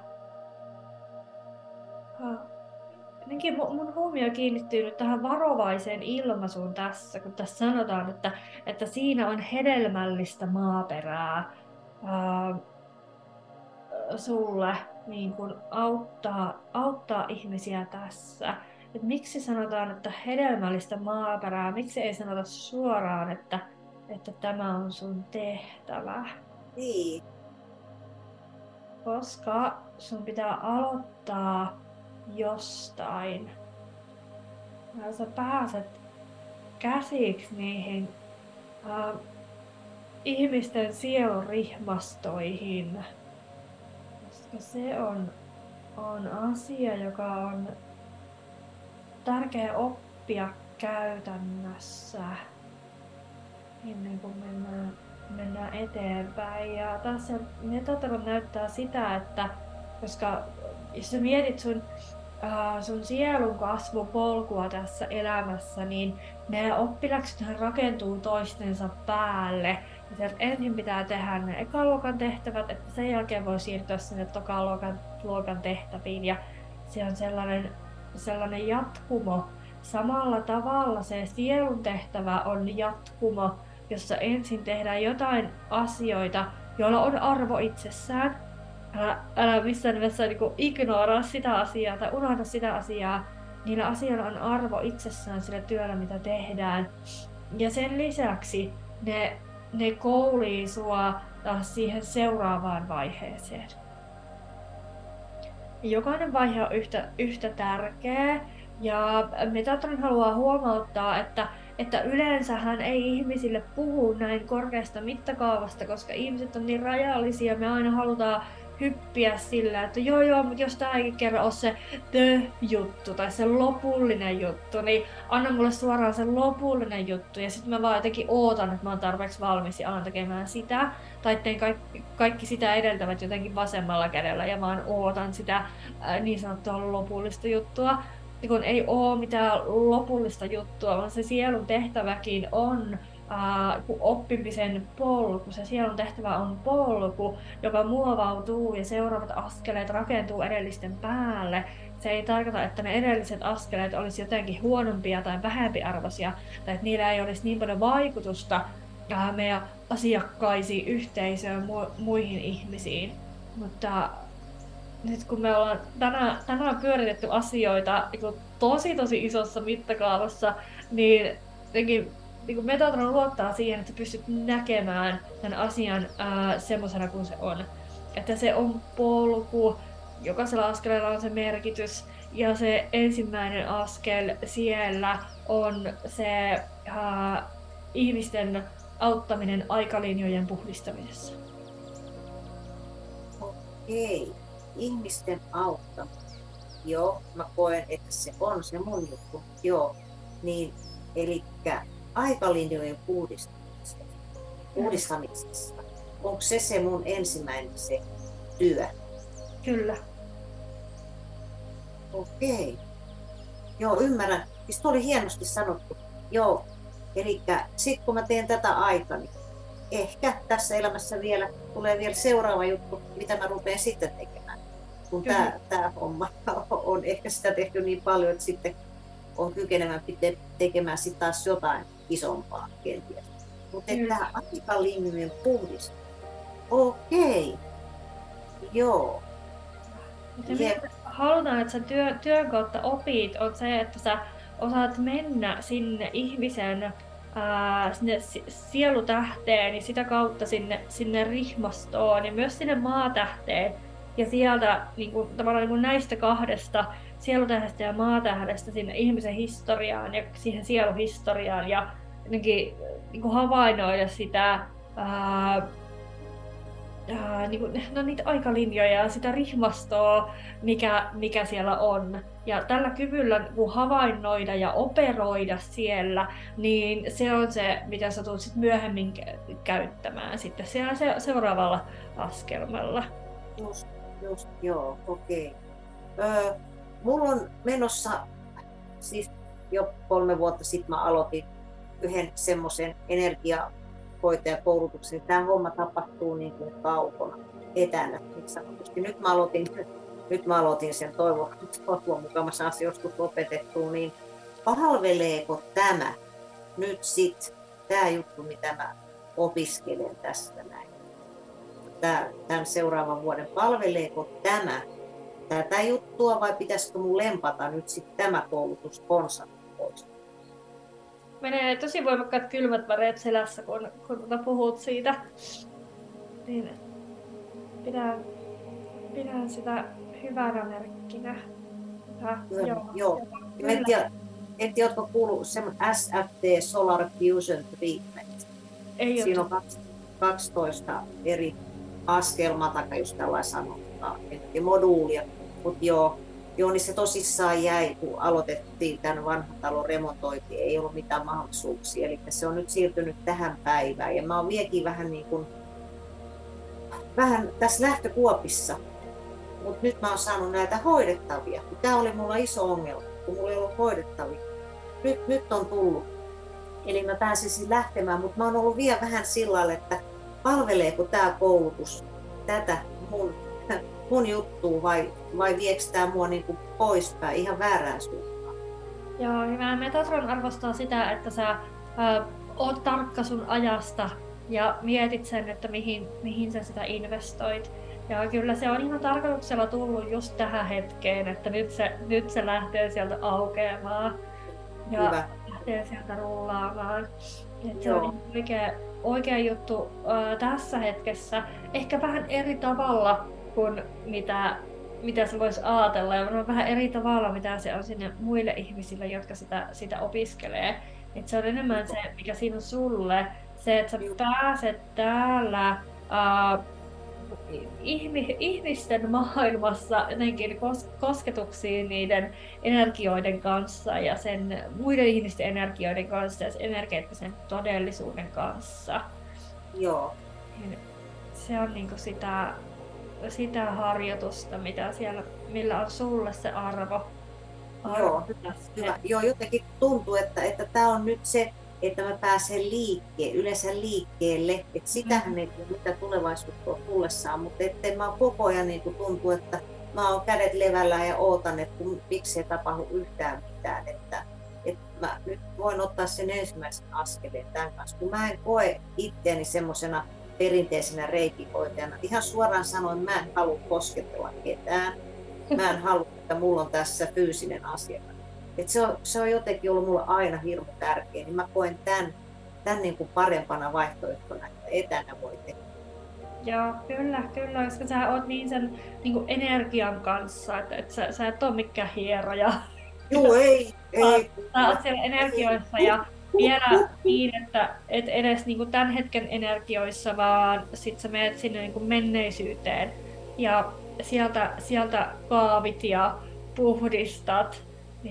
Jotenkin mun huomio kiinnittyy nyt tähän varovaiseen ilmaisuun tässä, kun tässä sanotaan, että siinä on hedelmällistä maaperää sulle niin kuin auttaa ihmisiä tässä. Et miksi sanotaan, että hedelmällistä maaperää? Miksi ei sanota suoraan, että tämä on sun tehtävä? Niin. Koska sun pitää aloittaa jostain. Ja sä pääset käsiksi niihin ihmisten sielun rihmastoihin. Koska se on asia, joka on tärkeä oppia käytännössä ennen kuin mennään eteenpäin. Ja taas se Metatron näyttää sitä, että koska jos sä mietit sun sielun kasvupolkua tässä elämässä, niin ne oppiläksythän rakentuu toistensa päälle. Ja sieltä ensin pitää tehdä ne ekaluokan tehtävät, että sen jälkeen voi siirtyä sinne tokaluokan tehtäviin. Ja se on sellainen jatkumo. Samalla tavalla se sielun tehtävä on jatkumo, jossa ensin tehdään jotain asioita, joilla on arvo itsessään. Älä missään nimessä ignoraa sitä asiaa tai unohda sitä asiaa. Niillä asioilla on arvo itsessään sillä työllä, mitä tehdään. Ja sen lisäksi ne koulii sua taas siihen seuraavaan vaiheeseen. Jokainen vaihe on yhtä tärkeä. Ja Metatron haluaa huomauttaa, että yleensähän ei ihmisille puhu näin korkeasta mittakaavasta, koska ihmiset on niin rajallisia. Me aina hyppiä sillä, että joo, mutta jos tää ei kerran ole se the-juttu tai se lopullinen juttu, niin anna mulle suoraan se lopullinen juttu. Ja sitten mä vaan jotenkin ootan, että mä oon tarpeeksi valmis ja alan tekemään sitä. Tai teen kaikki sitä edeltävät jotenkin vasemmalla kädellä ja vaan ootan sitä niin sanottua lopullista juttua. Ja kun ei oo mitään lopullista juttua, vaan se sielun tehtäväkin on oppimisen polku. Se sielun tehtävä on polku, joka muovautuu ja seuraavat askeleet rakentuu edellisten päälle. Se ei tarkoita, että ne edelliset askeleet olisi jotenkin huonompia tai vähempiarvoisia, tai että niillä ei olisi niin paljon vaikutusta meidän asiakkaisiin, yhteisöön, muihin ihmisiin. Mutta nyt kun me ollaan tänään pyöritetty asioita tosi isossa mittakaavassa, niin Metatron luottaa siihen, että pystyt näkemään tämän asian semmoisena kuin se on. Että se on polku, jokaisella askeleella on se merkitys, ja se ensimmäinen askel siellä on se ihmisten auttaminen aikalinjojen puhdistamisessa. Okei, ihmisten auttaminen. Joo, mä koen, että se on se mun juttu. Joo, niin elikkä aikalinjojen puhdistamisessa. Onko se mun ensimmäinen se työ? Kyllä. Okei. Joo, ymmärrän. Siis oli hienosti sanottu. Joo, elikkä sit kun mä teen tätä aikani, ehkä tässä elämässä tulee vielä seuraava juttu, mitä mä rupean sitten tekemään. Kun tää homma on ehkä sitä tehty niin paljon, että sitten on kykenevämpi tekemään sitten taas jotain isompaa kenties. Mutta tämä aikalinjojen puhdistus. Okei. Joo. Halutaan, että sä työn kautta opit, on se, että sä osaat mennä sinne ihmisen sinne sielutähteen ja sitä kautta sinne rihmastoon ja myös sinne maatähteen. Ja sieltä tavallaan näistä kahdesta, sielutähdestä ja maatähdestä sinne ihmisen historiaan ja siihen sieluhistoriaan ja jotenkin havainnoida sitä niitä aikalinjoja ja sitä rihmastoa, mikä siellä on. Ja tällä kyvyllä havainnoida ja operoida siellä, niin se on se, mitä sä tulet myöhemmin käyttämään sitten siellä seuraavalla askelmalla. Just, joo, okei. Mulla on menossa, siis jo 3 vuotta sitten mä aloitin yhden semmoisen energiahoitajakoulutuksen. Tämä homma tapahtuu niin kuin kaukana, etänä, niin sanotusti. Nyt mä aloitin sen toivon mukaan mä saan joskus opetettua, niin palveleeko tämä nyt sit, tämä juttu, mitä mä opiskelen tästä näin? Tämän seuraavan vuoden, palveleeko tämä tätä juttua vai pitäisikö mun lempata nyt sitten tämä koulutus konsana pois? Menee tosi voimakkaat kylmät väreet selässä, kun puhut siitä. Niin pidän sitä hyvänä merkkinä. Joo. En tiedä, oletko kuullut semmoinen SFT Solar Fusion Treatment. Siinä on 12 eri askelmaa, tai just tällainen sanottaa, ja moduulia. Mutta joo, niin se tosissaan jäi, kun aloitettiin tämän vanhan talon remontointi, ei ollut mitään mahdollisuuksia. Eli se on nyt siirtynyt tähän päivään. Ja mä oon vieläkin vähän tässä lähtökuopissa. Mutta nyt mä oon saanut näitä hoidettavia. Tämä oli mulla iso ongelma, kun mulla ei ollut hoidettavia. Nyt on tullut. Eli mä pääsisin lähtemään, mutta mä oon ollut vielä vähän sillä lailla, että palveleeko tämä koulutus tätä mun juttua vai viekö tämä mua niinku poispäin ihan väärään suuntaan? Joo, hyvä. Metatron arvostaa sitä, että sä oot tarkka sun ajasta ja mietit sen, että mihin sä sitä investoit. Ja kyllä se on ihan tarkoituksella tullut just tähän hetkeen, että nyt se lähtee sieltä aukeamaan ja hyvä. Lähtee sieltä rullaamaan. Että se on oikea juttu tässä hetkessä. Ehkä vähän eri tavalla kuin mitä se voisi ajatella, ja vähän eri tavalla, mitä se on sinne muille ihmisille, jotka sitä opiskelee. Et se on enemmän se, mikä siinä on sulle, se, että sä pääset täällä ihmisten maailmassa jotenkin kosketuksiin niiden energioiden kanssa ja sen muiden ihmisten energioiden kanssa ja sen energeettisen todellisuuden kanssa. Joo. Niin se on niinku sitä harjoitusta, mitä siellä, millä on sulle se arvo. Joo, hyvä. Joo, jotenkin tuntuu, että tämä on nyt se, että mä pääsen yleensä liikkeelle. Että sitähän ei tule, mitä tulevaisuutta on tullessaan, mutta ettei mä koko ajan niin tuntuu, että mä oon kädet levällä ja ootan, että miksi ei tapahdu yhtään mitään. Että mä nyt voin ottaa sen ensimmäisen askeleen tämän kanssa, kun mä en koe itseäni semmoisena perinteisenä reikikoitajana. Ihan suoraan sanoen, mä en halua kosketella ketään. Mä en halua, että mulla on tässä fyysinen asia. Et se on jotenkin ollut mulle aina hirmu tärkeä, niin mä koen tämän niin kuin parempana vaihtoehtona, että etänä voi tehdä. Joo, kyllä, koska sä oot niin sen niin kuin energian kanssa, että sä et ole mikään hieroja. Joo, ei. Sä oot siellä energioissa ja vielä niin, että et edes niin kuin tämän hetken energioissa, vaan sit sä menet sinne niin kuin menneisyyteen ja sieltä kaavit ja puhdistat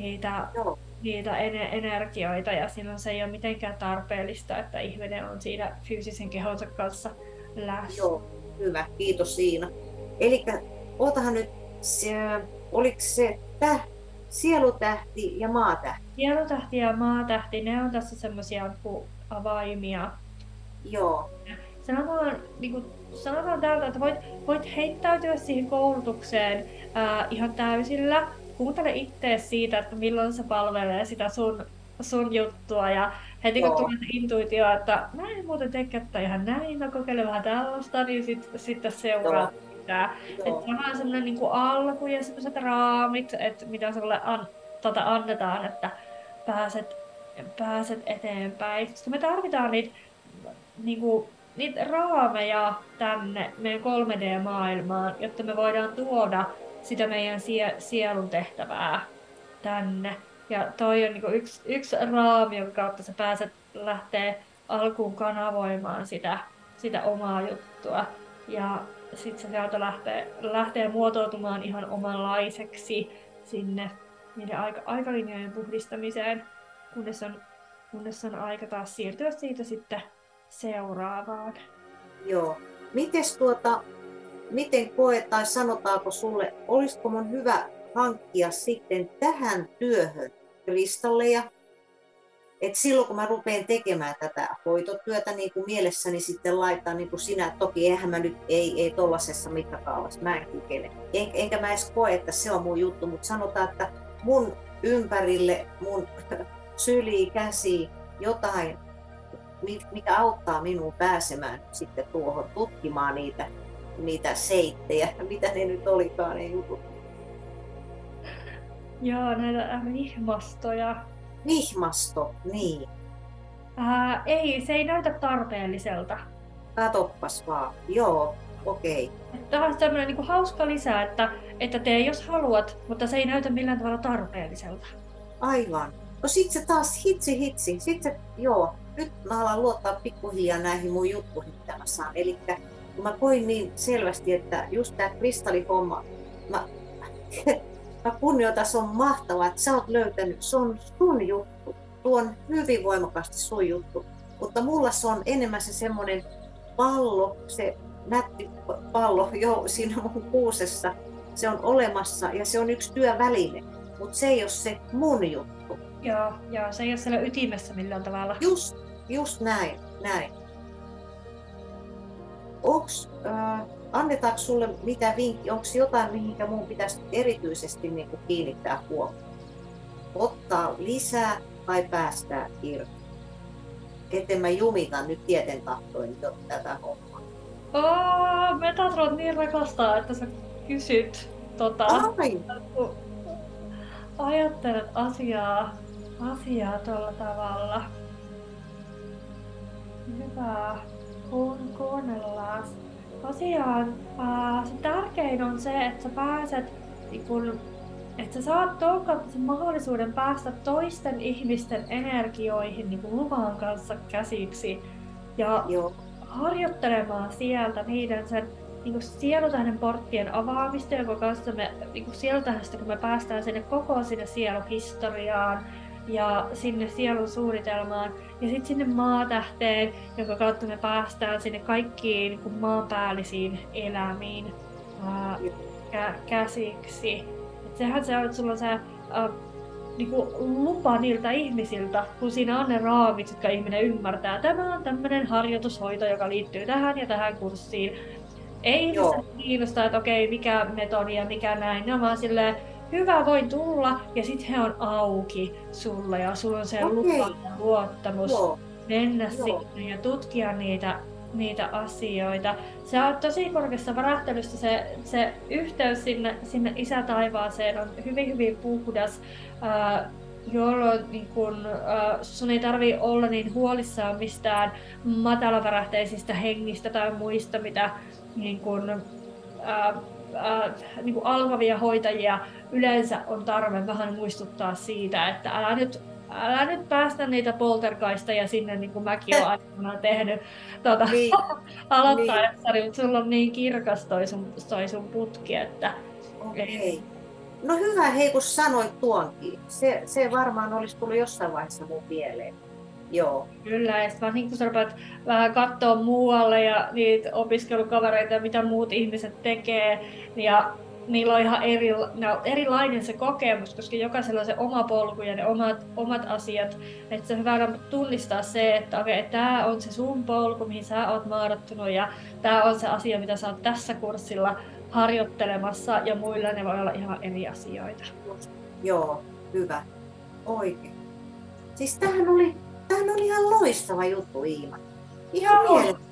niitä energioita ja silloin se ei ole mitenkään tarpeellista, että ihminen on siinä fyysisen kehonsa kanssa läsnä. Joo, hyvä, kiitos Siina. Elikkä ootahan nyt, oliko se sielutähti ja maatähti? Sielutähti ja maatähti, ne on tässä semmoisia avaimia. Joo. Sanotaan täältä, että voit heittäytyä siihen koulutukseen ihan täysillä. Kuuntele ittees siitä, että milloin se palvelee sitä sun juttua ja heti kun tulee intuitio, että mä en muuten teekään ihan näin, mä kokeilen vähän tällaista, niin sitten seuraa sitä. Että se on vaan sellainen niin kuin alku ja sellaiset raamit, että mitä sulle annetaan, että pääset eteenpäin. Koska me tarvitaan niitä raameja tänne meidän 3D-maailmaan, jotta me voidaan tuoda sitä meidän sielun tehtävää tänne. Ja toi on niinku yksi raami, jonka kautta sä pääset lähtee alkuun kanavoimaan sitä omaa juttua. Ja sit se sieltä lähtee muotoutumaan ihan omanlaiseksi sinne niiden aikalinjojen puhdistamiseen, kunnes on aika taas siirtyä siitä sitten seuraavaan. Joo. Miten koet tai sanotaanko sulle, olisiko mun hyvä hankkia sitten tähän työhön kristalleja? Et silloin kun mä rupean tekemään tätä hoitotyötä niin kuin mielessäni sitten laittaa niin kuin sinä, toki eihän mä nyt ei tollasessa mittakaavassa, mä en kykene. Enkä mä edes koe, että se on mun juttu, mutta sanotaan, että mun ympärille, mun syliin, käsiin, jotain, mikä auttaa minua pääsemään sitten tuohon tutkimaan niitä seittejä, mitä ne nyt olikaan ne jutut. Joo, näitä vihmastoja. Vihmasto, niin. Ei, se ei näytä tarpeelliselta. Katoppas vaan, joo, okei. Tämä on tämmöinen niin hauska lisä, että tee jos haluat, mutta se ei näytä millään tavalla tarpeelliselta. Aivan. No sit se taas hitsi. Joo, nyt mä alan luottaa pikkuhiljaa näihin mun juttuihin, mitä mä saan. Elikkä mä koin niin selvästi, että just tää kristallihomma, mä kunnioitan, se on mahtavaa, että sä oot löytänyt, se on sun juttu. Tuo on hyvin voimakkaasti sun juttu. Mutta mulla se on enemmän se semmonen pallo, se nätti pallo jo siinä mun kuusessa. Se on olemassa ja se on yksi työväline, mutta se ei ole se mun juttu. Joo, se ei ole siellä ytimessä millään tavalla. Just näin. Annetaanko sulle mitä vinkkiä? Onko jotain, mihinkä mun pitäisi erityisesti niin kuin kiinnittää huomiota? Ottaa lisää tai päästää irti? Etten mä jumita nyt tieten tahtoin tätä hommaa. Metatrot niin rakastaa, että sä kysyt ajattelet asiaa tuolla tavalla. Hyvä. Kuunnellaan. Tosiaan se tärkein on se, että sä pääset, että sä saat tuon kautta sen mahdollisuuden päästä toisten ihmisten energioihin luvan kanssa käsiksi ja harjoittelemaan sieltä niiden niin sielutähden porttien avaamista, jonka kanssa me niin sielutähdestä, kun me päästään sinne sieluhistoriaan ja sinne sielun suunnitelmaan ja sitten sinne maatähteen, jonka kautta me päästään sinne kaikkiin niin maanpäällisiin elämiin käsiksi. Et sehän se on, että sulla on se niinku lupa niiltä ihmisiltä, kun siinä on ne raamit, jotka ihminen ymmärtää. Tämä on tämmöinen harjoitushoito, joka liittyy tähän ja tähän kurssiin. Ei ihmistä kiinnostaa, että okei, mikä metodi ja mikä näin. Ne on vaan silleen, hyvä, voin tulla, ja sitten he on auki sulle, ja sulla on se lupa ja luottamus mennä sinne ja tutkia niitä asioita. Se on tosi korkeassa värähtelystä, se yhteys sinne isätaivaaseen on hyvin, hyvin puhdas, jolloin niin sun ei tarvitse olla niin huolissaan mistään matalavärähteisistä hengistä tai muista, mitä niin kuin alkavia hoitajia yleensä on tarve vähän muistuttaa siitä, että älä nyt päästä niitä poltergeisteja sinne, niin kuin mäkin olen aikanaan tehnyt aloittaessani, mutta sulla on niin kirkas toi sun putki, että... Okei. No hyvä, hei kun sanoit tuonkin. Se varmaan olisi tullut jossain vaiheessa mun mieleen. Joo. Kyllä, ja sitten niin kun sä rupeat vähän katsoa muualle ja niitä opiskelukavereita, mitä muut ihmiset tekee, ja niillä on ihan erilainen se kokemus, koska jokaisella on se oma polku ja ne omat asiat. Että se on hyvä tunnistaa se, että okei, tämä on se sun polku, mihin sä oot maadattunut, ja tämä on se asia, mitä sä oot tässä kurssilla harjoittelemassa, ja muilla ne voi olla ihan eri asioita. Joo, hyvä. Oikein. Siis tämähän oli ihan loistava juttu, Iima. Ihan mielenkiintoista.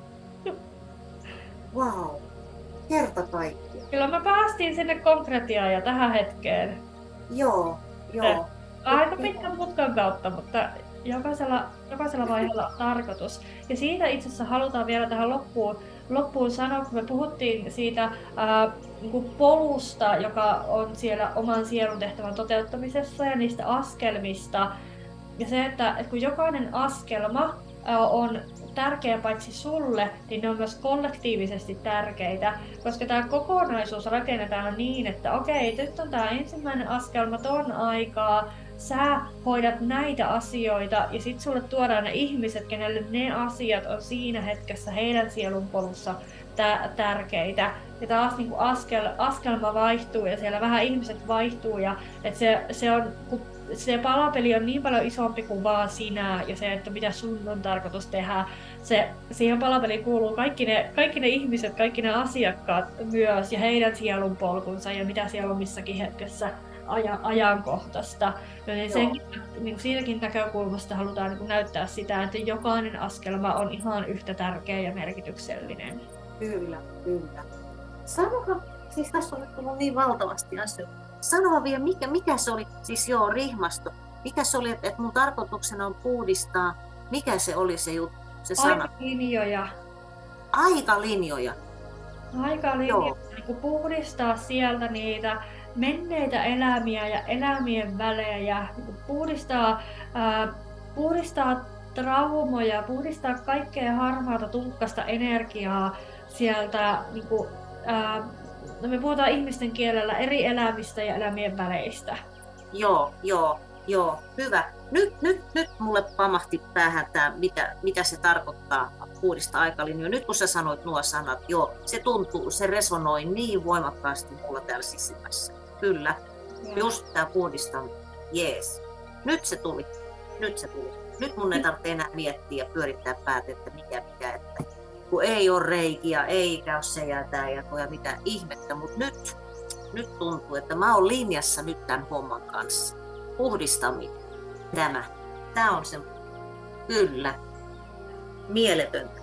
Vau. Wow. Kerta kaikkiaan. Kyllä me päästiin sinne konkretiaan ja tähän hetkeen. Joo. Aika pitkän mutkan kautta, mutta jokaisella vaiheella on tarkoitus. Ja siitä itse asiassa halutaan vielä tähän loppuun sanoa, kun me puhuttiin siitä niin polusta, joka on siellä oman sielun tehtävän toteuttamisessa ja niistä askelmista. Ja se, että kun jokainen askelma on tärkeä paitsi sulle, niin ne on myös kollektiivisesti tärkeitä, koska tämä kokonaisuus rakennetaan niin, että okei, nyt on tämä ensimmäinen askelma ton aikaa, sä hoidat näitä asioita ja sitten sulle tuodaan ne ihmiset, kenelle ne asiat on siinä hetkessä heidän sielunpolussa tärkeitä. Ja taas niin kuin askelma vaihtuu ja siellä vähän ihmiset vaihtuu ja että se palapeli on niin paljon isompi kuin vaan sinä ja se, että mitä sun on tarkoitus tehdä. Siihen palapeliin kuuluu kaikki ne ihmiset, kaikki ne asiakkaat myös ja heidän sielunpolkunsa ja mitä siellä on missäkin hetkessä ajankohtaista. Niin siitäkin näkökulmasta halutaan niin näyttää sitä, että jokainen askelma on ihan yhtä tärkeä ja merkityksellinen. Kyllä. Sanokaa, siis tässä on tullut niin valtavasti asioita. Sanoa vielä, mikä se oli, siis rihmasto. Mikä se oli, että mun tarkoituksena on puhdistaa, mikä se oli se juttu, se sana? Aikalinjoja. Niin puhdistaa sieltä niitä menneitä elämiä ja elämien välejä, niin puhdistaa traumoja, puhdistaa kaikkea harmaata tunkkasta energiaa sieltä, niin kuin, me puhutaan ihmisten kielellä eri elämistä ja elämien väleistä. Joo, hyvä. Nyt mulle pamahti päähän tämä, mitä se tarkoittaa puhdistaa aikalinjoja. Nyt kun sä sanoit nuo sanat, se tuntuu, se resonoi niin voimakkaasti mulla täällä sisimmässä. Kyllä, just tämä puhdistaminen. Jees. Nyt se tuli. Nyt mun ei tarvitse enää miettiä ja pyörittää päätä, että mikä, että kun ei ole reikiä, eikä ole se ja tää ja mitä ihmettä, mutta nyt tuntuu, että mä oon linjassa nyt tämän homman kanssa. Puhdistaminen. Tämä on se, kyllä, mieletöntä.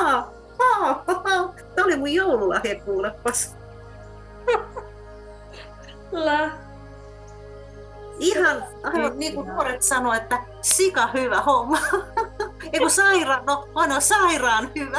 Tämä oli mun joululahja, kuulepas. Ihan niin kuin nuoret sanoo, että sika hyvä homma. Eiku sairaan hyvä.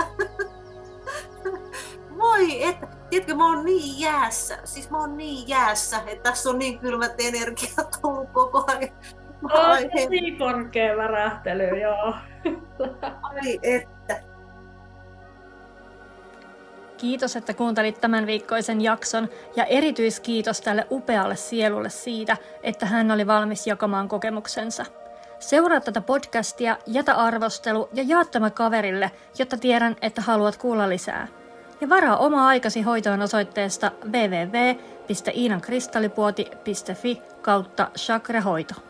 Voi, että tiedätkö, mä oon niin jäässä, että tässä on niin kylmät energiat ollut koko ajan. On tosi korkea värähtely, joo. Ai että. Kiitos, että kuuntelit tämän viikkoisen jakson ja erityiskiitos tälle upealle sielulle siitä, että hän oli valmis jakamaan kokemuksensa. Seuraa tätä podcastia, jätä arvostelu ja jaa tämä kaverille, jotta tiedän, että haluat kuulla lisää. Ja varaa oma aikasi hoitoon osoitteesta www.iinankristallipuoti.fi/chakrahoito.